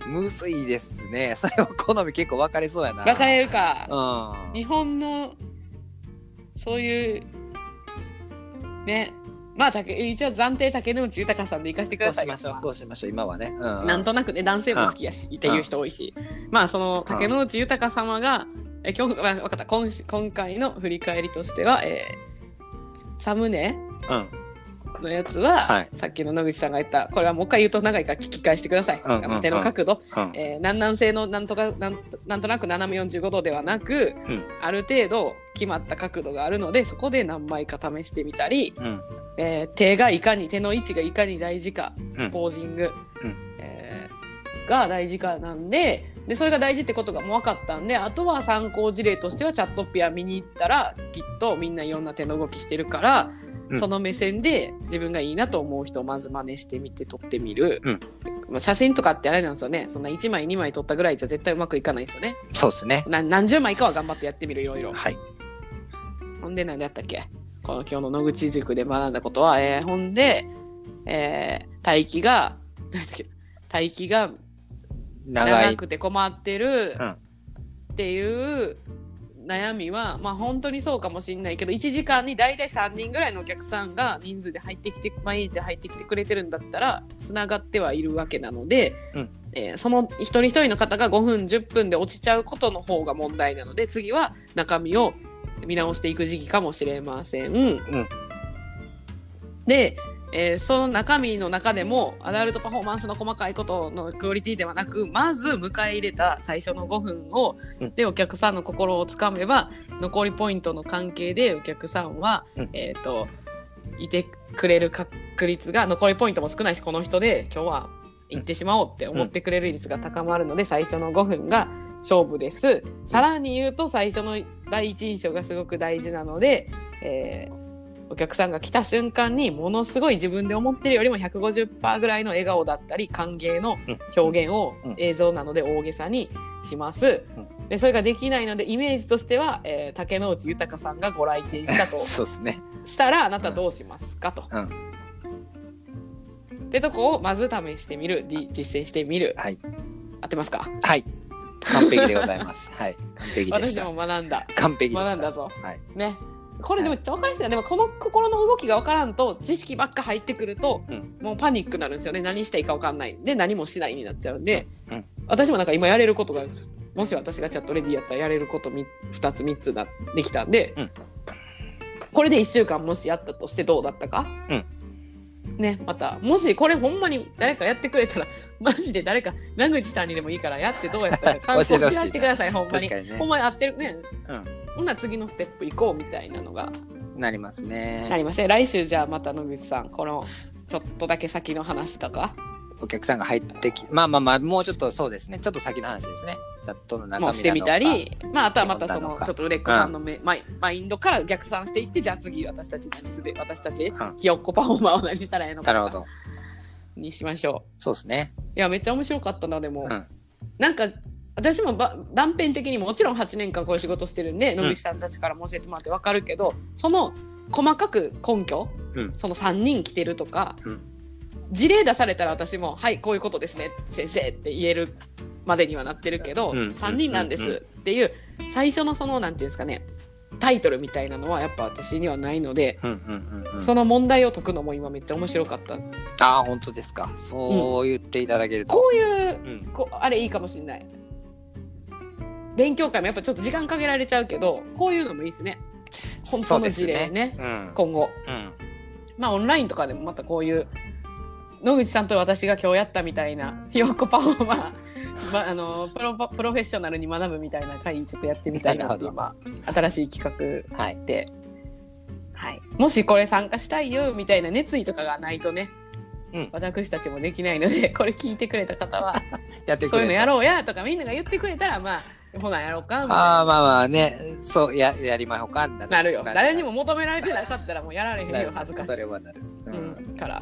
むずいですね。それは好み結構分かれそうやな。 分かれるか。 うん。 日本のそういうね、まあ一応暫定竹野内豊さんで行かせてください。 そうしましょう。そうしましょう。今はね。うんうん、 なんとなくね、男性も好きやし、うん、っていう人多いし、まあその竹野内豊様が、え今日分かった今今回の振り返りとしては、えー、サムネ。うん。のやつは、はい、さっきの野口さんが言ったこれはもう一回言うと長いから聞き返してください、うんうんうん、手の角度、うんえー、南南西のなんとかなんなんとなく斜めよんじゅうごどではなく、うん、ある程度決まった角度があるのでそこで何枚か試してみたり、うんえー、手がいかに手の位置がいかに大事か、うん、ポージング、うんえー、が大事かなんででそれが大事ってことがもう分かったんであとは参考事例としてはチャットピア見に行ったらきっとみんないろんな手の動きしてるからうん、その目線で自分がいいなと思う人をまず真似してみて撮ってみる、うん、写真とかってあれなんですよねそんないちまいにまい撮ったぐらいじゃ絶対うまくいかないですよねそうですねな何十枚かは頑張ってやってみるいろいろはいほんで何でやったっけこの今日の野口塾で学んだことは、えー、ほんで、えー、待機が何だっけ待機が長くて困ってるっていう悩みはまあ本当にそうかもしれないけどいちじかんにだいたいさんにんぐらいのお客さんが人数で入ってきて毎日で入ってきてくれてるんだったらつながってはいるわけなので、うんえー、その一人一人の方がごふんじゅっぷんで落ちちゃうことの方が問題なので次は中身を見直していく時期かもしれません、うん、で、えー、その中身の中でもアダルトパフォーマンスの細かいことのクオリティではなくまず迎え入れた最初のごふんを、うん、でお客さんの心をつかめば残りポイントの関係でお客さんは、うんえー、といてくれる確率が残りポイントも少ないしこの人で今日は行ってしまおうって思ってくれる率が高まるので、うん、最初のごふんが勝負です。さらに言うと最初の第一印象がすごく大事なので、えーお客さんが来た瞬間にものすごい自分で思ってるよりも ひゃくごじゅっパーセント ぐらいの笑顔だったり歓迎の表現を映像なので大げさにします。でそれができないのでイメージとしては、えー、竹野内豊さんがご来店したとそうですね、 したらあなたどうしますかと、うん、ってとこをまず試してみる実践してみる、はい、合ってますか？ はい完璧でございますはい完璧でした。 私も学んだ完璧でした学んだぞ、はい、ねこれでも分かりやすいな、でもこの心の動きが分からんと知識ばっか入ってくると、うん、もうパニックになるんですよね。何していいか分かんないで何もしないになっちゃうんで、うん、私もなんか今やれることがもし私がチャットレディやったらやれることふたつみっつだできたんで、うん、これでいっしゅうかんもしやったとしてどうだったか、うんね、またもしこれほんまに誰かやってくれたらマジで誰か名口さんにでもいいからやってどうやったら感想知らせてくださいほんまに、ね、ほんまに合ってるね、うんほんなら次のステップ行こうみたいなのがなりますね。 なりますね。来週じゃあまた野口さんこのちょっとだけ先の話とかお客さんが入ってきまあまあまあもうちょっとそうですねちょっと先の話ですねチャットの中身もしてみたりまああとはまたそのちょっと売れっ子さんのめ、うん、マイ、マインドから逆算していってじゃあ次私たち何すべ私たち、うん、ひよっこパフォーマーを何したらいいのかなるほどにしましょう。そうですね。 いやめっちゃ面白かったなでも、うん、なんか私もば断片的にもちろんはちねんかんこういう仕事してるんで、うん、野口さんたちからも教えてもらって分かるけどその細かく根拠、うん、そのさんにん来てるとか、うん、事例出されたら私もはいこういうことですね先生って言えるまでにはなってるけど、うん、さんにんなんですっていう最初のそのなんていうんですかねタイトルみたいなのはやっぱ私にはないので、うんうんうんうん、その問題を解くのも今めっちゃ面白かった。 ああ本当ですか。そう言っていただけると、 うん、こういう、うん、こあれいいかもしれない。勉強会もやっぱちょっと時間かけられちゃうけどこういうのもいいですね。本当の事例 ね, ね、うん、今後、うん、まあオンラインとかでもまたこういう野口さんと私が今日やったみたいなひよっこパフォーマーまあの プロ、プロフェッショナルに学ぶみたいな会ちょっとやってみたいなって今新しい企画で、はいはい、もしこれ参加したいよみたいな熱意とかがないとね、うん、私たちもできないのでこれ聞いてくれた方はやってくれそういうのやろうやとかみんなが言ってくれたらまあほなやろうかみたいな。 あまあまあねそうややりましょうかなるなるよ。誰にも求められてなかったらもうやられへんよ恥ずかしい。 それはなる、 うんうん、から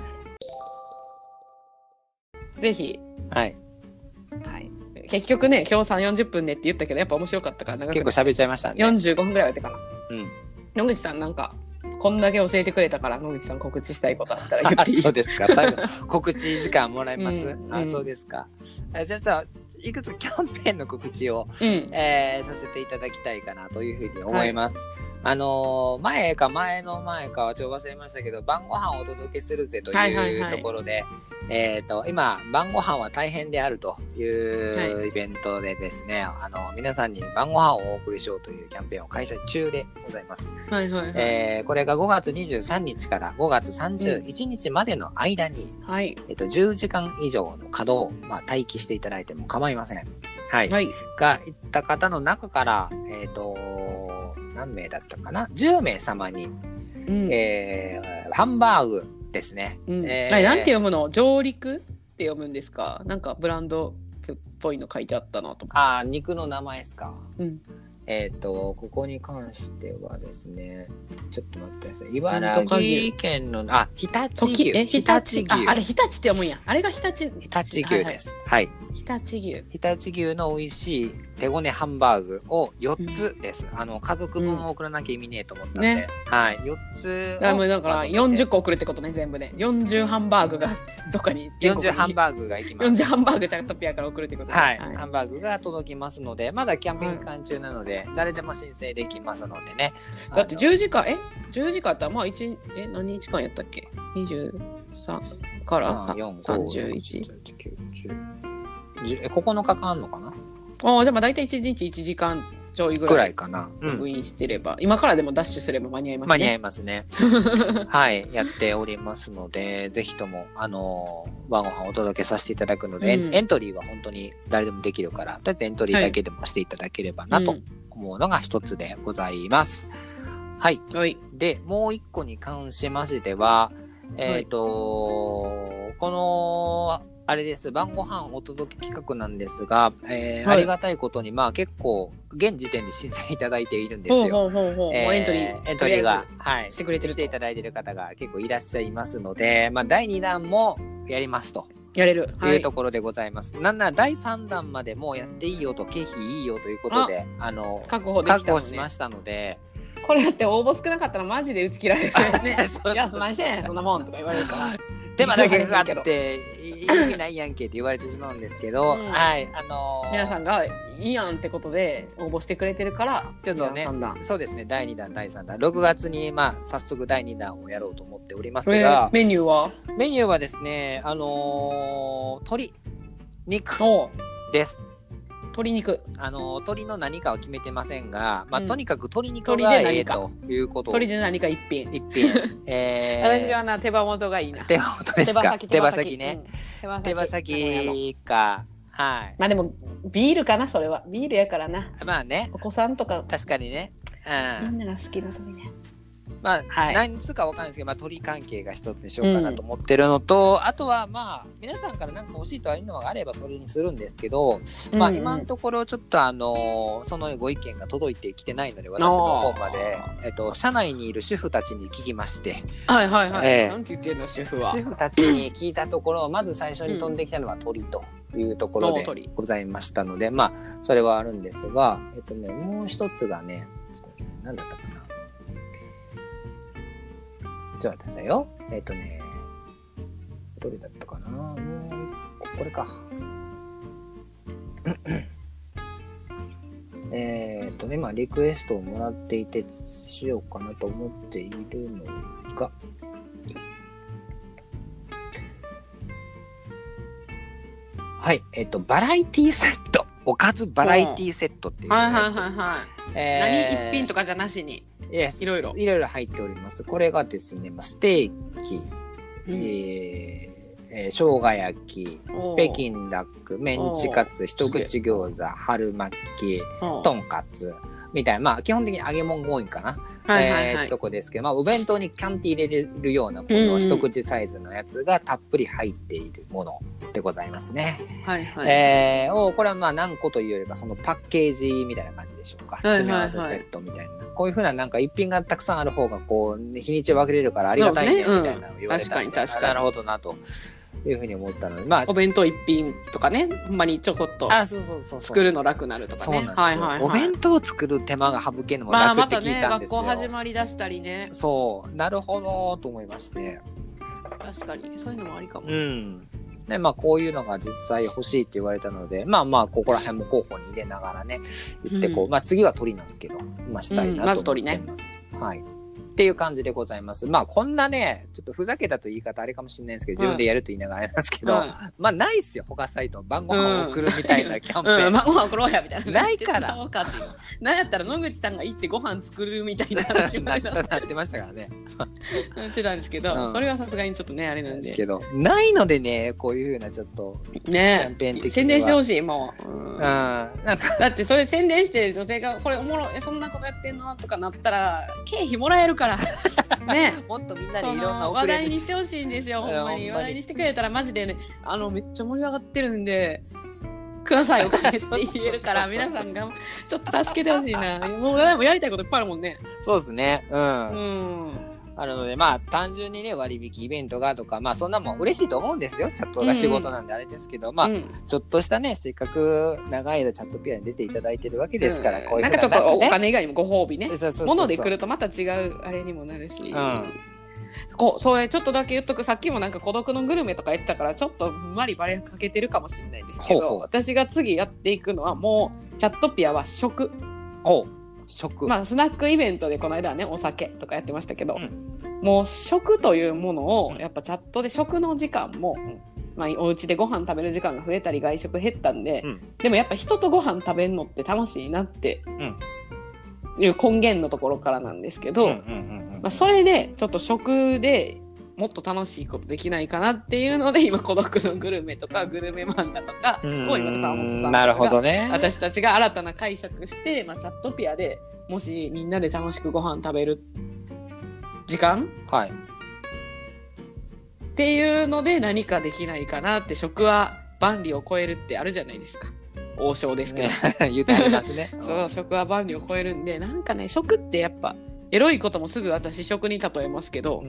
ぜひはい、 はい、結局ね今日さんじゅうよんじゅっぷんねって言ったけどやっぱ面白かったから長く結構喋っちゃいましたね。 よんじゅうごふんぐらいはやってかな、うん、野口さんなんかこんだけ教えてくれたから野口さん告知したいことあったら言っていい？ そうですか。最後告知時間もらえます？ うん、 あ、 うん、 そうですか。じゃあさいくつキャンペーンの告知を、 うんえー、させていただきたいかなというふうに思います。はい、あのー、前か前の前かはちょっと忘れましたけど、晩ご飯をお届けするぜというところで、はいはいはい、えっ、ー、と、今、晩ご飯は大変であるというイベントでですね、はい、あの、皆さんに晩ご飯をお送りしようというキャンペーンを開催中でございます。 はいはいはい。 えー、これがごがつにじゅうさんにちからごがつさんじゅういちにちまでの間に、 うん、はい。 えっと、じゅうじかん以上の稼働を、まあ、待機していただいても構いません。はい。はい、が、いった方の中から、えっと、何名だったかな ?じゅう 名様に、うん、えー、ハンバーグですね。 うん、えー、なんて読むの？上陸って読むんですか？なんかブランドっぽいの書いてあったなと思って。 ああ、肉の名前ですか。 うん。 えっと、ここに関してはですね、ちょっと待ってください。茨城県の、あ、常陸牛。 え、常陸牛。あ、あれ、日立って読むんや。あれが日立。 日立牛です。はい。 常陸牛。 常陸牛の美味しい手ごねハンバーグをよっつです。うん、あの、家族分を送らなきゃ意味ねえと思ったんで。うんね、はい。よっつ。 だからだからよんじゅっこ送るってことね、全部で。よんじゅうハンバーグがどっかに。 よんじゅうハンバーグが行きます。 よんじゅうハンバーグじゃトピアから送るってことね。 はい。はい、ハンバーグが届きますので、まだキャンペーン期間中なので、はい、誰でも申請できますのでね。 だってじゅうじかん、え ?じゅうじかんやったら、まあいち、え、何日間やったっけ ?にじゅうさんからさんじゅういち。 ここのかかんのかな。 ああ、じゃあまあ大体いちにちいちじかんちょいぐらい。 ぐらいかな。 ログインしてれば、うん、今からでもダッシュすれば間に合いますね。 間に合いますね。はい、やっておりますので、ぜひとも、あのー、晩ご飯をお届けさせていただくので、うん、エントリーは本当に誰でもできるから、とりあえずエントリーだけでもしていただければなと思うのが一つでございます。はい。はい、で、もう一個に関しましては、えっと、はい、この、あれです。晩ご飯お届け企画なんですが、えーはい、ありがたいことに、まあ結構、現時点で申請いただいているんですよ。 ほうほうほうほう、えー、エントリー。 エントリーが、はい。 してくれてるしていただいている方が結構いらっしゃいますので、まあだいにだんもやりますと。 やれる。 というところでございます。はい、なんならだいさんだんまでもやっていいよと、経費いいよということで、あ, あの、 確保できたのね、 確保しましたので、 これだって応募少なかったらマジで打ち切られるね。いや、何してんねん、そんなもんとか言われるから。 手間だけかかって意味ないやんけって言われてしまうんですけど、うん、はい、あのー、 皆さんがいいやんってことで応募してくれてるから、 ちょっとね、そうですね、だいにだん、だいさんだん、ろくがつに、まあ、早速だいにだんをやろうと思っておりますが、えー、 メニューはメニューはですね、あのー、鶏肉です。 鶏肉。 あの、鶏の何かは決めてませんが、まあ、うん、とにかく鶏肉がええということ。 鶏で何か一品。 一品。えー、私はな、手羽元がいいな。 手羽元ですか。手羽先ね。うん、手羽先か。はい。 まあでも、ビールかな、それは。ビールやからな。 まあね。 お子さんとか。 確かにね。 うん。みんなが好きな鶏ね。 まあ、はい、何つかわかんないですけど、まあ、鳥関係が一つにしようかなと思ってるのと、うん、あとはまあ、皆さんから何か欲しいとはいうのがあればそれにするんですけど、うん、まあ、今のところちょっとあのー、そのご意見が届いてきてないので、私の方まで、えっと、社内にいる主婦たちに聞きまして、 はいはいはい。えー、なんて言ってんの、主婦は。 主婦たちに聞いたところ、まず最初に飛んできたのは鳥というところでございましたので、まあ、それはあるんですが、えっとね、もう一つがね、ちょっとね、何だったかな。ちょっと待ってくださいよ。えっ、ー、とね、どれだったかな。もうこれか。えっとね、今リクエストをもらっていてしようかなと思っているのが、はい、えっ、ー、とバラエティセット、おかずバラエティセットっていうやつ。はいはいはいはい。 えー、何一品とかじゃなしに。 Yes、いろいろ。いろいろ入っております。これがですね、まあ、ステーキ、うん、えーえー、生姜焼き、北京ダック、メンチカツ、一口餃子、春巻き、とんかつ、みたいな、まあ、基本的に揚げ物が多いんかな。はいはいはい、えー、とこですけど、まあ、お弁当にキャンティ入れるような、この一口サイズのやつがたっぷり入っているものでございますね。はいはい。えー、おこれはまあ何個というよりか、そのパッケージみたいな感じでしょうか。詰め合わせセットみたいな。はいはいはい、こういうふうななんか一品がたくさんある方が、こう、日にち分けれるからありがたいね、みたいなのを言われたんで、うん、確かに確かに。なるほどなと。 いうふうに思ったので、まあ、 お弁当一品とかね、ほんまにちょこっとあ、そうそうそうそう作るの楽なるとかね。 そうなんですよ、はいはいはい、お弁当を作る手間が省けるのも楽って聞いたんですよ。 まあまたね、学校始まりだしたりね。 そう、なるほどと思いまして。 確かにそういうのもありかも。 うん。で、まあこういうのが実際欲しいって言われたので、まあまあここら辺も候補に入れながらね、言ってこう、うん、まあ次は鳥なんですけど、まあしたいなと思ってます。うん、まず鳥ね。はい。っていう感じでございます。まあこんなね、ちょっとふざけたと言い方あれかもしれないんですけど、自分でやると言いながらあれなんですけど、うん、まあないっすよ、他サイト。晩ご飯を送るみたいなキャンペーン。 うんうん、晩ご飯送ろうやみたいな。 ないから。 なんやったら野口さんが行ってご飯作るみたいな話もなってましたからね。 なってたんですけど、うん、それはさすがにちょっとね、あれなんで。ですけど、ないのでね、こういうふうなちょっと、 ね、 キャンペーン的に宣伝してほしい、もう。うん。 なんかだってそれ宣伝して女性が、これおもろい、そんなことやってんのとかなったら、経費もらえるから。ね、 もっとみんなにいろんな話題にしてほしいんですよ、ほんまに。話題にしてくれたらマジでね、あのめっちゃ盛り上がってるんでくださいお金って言えるから皆さんがちょっと助けてほしいな。もうでもやりたいこといっぱいあるもんね。 そうですね。うん。 うん。 あるので、まあ単純にね、割引イベントがとか、まあそんなもん嬉しいと思うんですよ。チャットが仕事なんであれですけど、うん、まあ、うん、ちょっとしたね、せっかく長い間チャットピアに出ていただいてるわけですから、うん、こういうふうな、 なんかちょっとお金以外にもご褒美ね。物で来るとまた違うあれにもなるし。うん、こうそれちょっとだけ言っとく。さっきもなんか孤独のグルメとか言ってたからちょっとふんわりバレかけてるかもしれないですけど、ほうほう、私が次やっていくのはもうチャットピアは食。 おう、食。 まあスナックイベントでこの間はねお酒とかやってましたけど、うん、もう食というものをやっぱチャットで食の時間も、うん、まあ、お家でご飯食べる時間が増えたり外食減ったんで、うん、でもやっぱ人とご飯食べるのって楽しいなって、うんいう根源のところからなんですけど、まあ、それでちょっと食でもっと楽しいことできないかなっていうので今孤独のグルメとかグルメ漫画とかを今川本さんとかなるほど、ね、 私たちが新たな解釈して、まあ、チャットピアでもしみんなで楽しくご飯食べる時間、 はい、 っていうので何かできないかなって。食は万里を超えるってあるじゃないですか。王将ですけど、 ね、言ってありますね。 そう、食は万里を超えるんで、なんかね、食ってやっぱエロいこともすぐ私食に例えますけど、うん、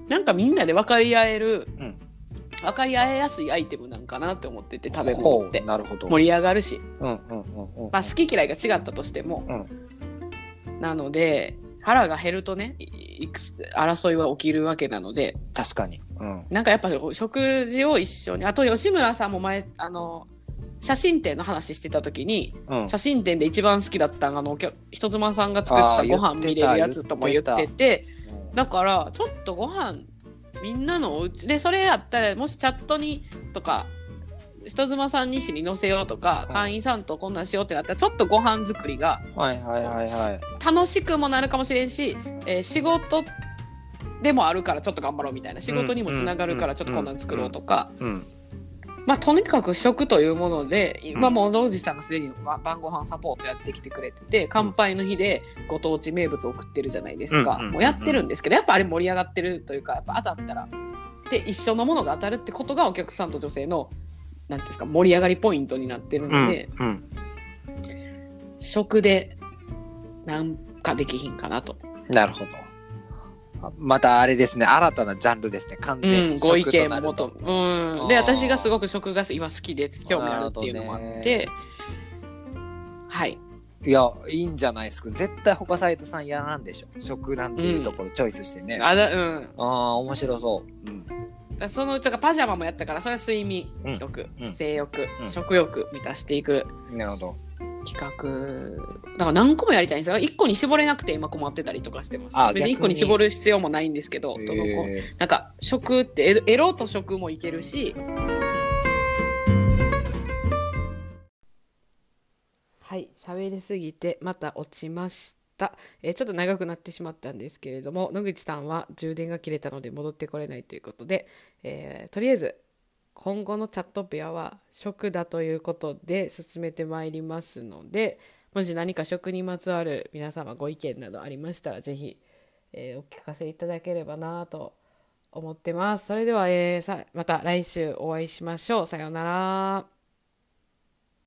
なんかみんなで分かり合える、うん、分かり合いやすいアイテムなんかなって思ってて、食べ物ってなるほど盛り上がるし、 うんうんうんうん、 まあ、好き嫌いが違ったとしても、うん、なので腹が減るとね、いくつ争いは起きるわけなので、 確かに、うん、 なんかやっぱ食事を一緒に、あと吉村さんも前あの写真展の話してた時に、うん、写真展で一番好きだったあの人妻さんが作ったご飯見れるやつとも言ってて、だからちょっとご飯みんなのお家でそれやったら、もしチャットにとか人妻さんにしに載せようとか、うん、会員さんとこんなんしようってなったらちょっとご飯作りが楽しくもなるかもしれんし、えー、仕事でもあるからちょっと頑張ろうみたいな、仕事にもつながるからちょっとこんなん作ろうとか、うんうんうんうん、まあ、とにかく食というもので、今もう野口さんがすでに晩ご飯サポートやってきてくれてて、乾杯の日でご当地名物を送ってるじゃないですか、うんうんうんうん、もうやってるんですけど、やっぱあれ盛り上がってるというか、やっぱ当たったらで一緒のものが当たるってことがお客さんと女性のなんていうんですか、盛り上がりポイントになってるので、うんうん、食でなんかできひんかなと。 なるほど。またあれですね、新たなジャンルですね、完全に食となると、 うん、ご意見もと、うん、で私がすごく食が今好きで興味あるっていうのもあって、はい、 いやいいんじゃないですか。絶対他サイトさんやらんでしょ、食なんていうところチョイスしてね、 うん、あだ、うん、 あ面白そう、うん、 だそのうちがパジャマもやったから、それは睡眠欲、うん、性欲、うん、食欲満たしていく、 なるほど企画だから何個もやりたいんですよ。いっこに絞れなくて今困ってたりとかしてます。あ、別にいっこに絞る必要もないんですけど、どの子なんか食ってエロと食もいけるし、はい、喋りすぎてまた落ちました、えー、ちょっと長くなってしまったんですけれども、野口さんは充電が切れたので戻ってこれないということで、えー、とりあえず今後のチャットピアは食だということで進めてまいりますので、もし何か食にまつわる皆様ご意見などありましたらぜひ、えー、お聞かせいただければなと思ってます。それでは、えー、さまた来週お会いしましょう。さようなら。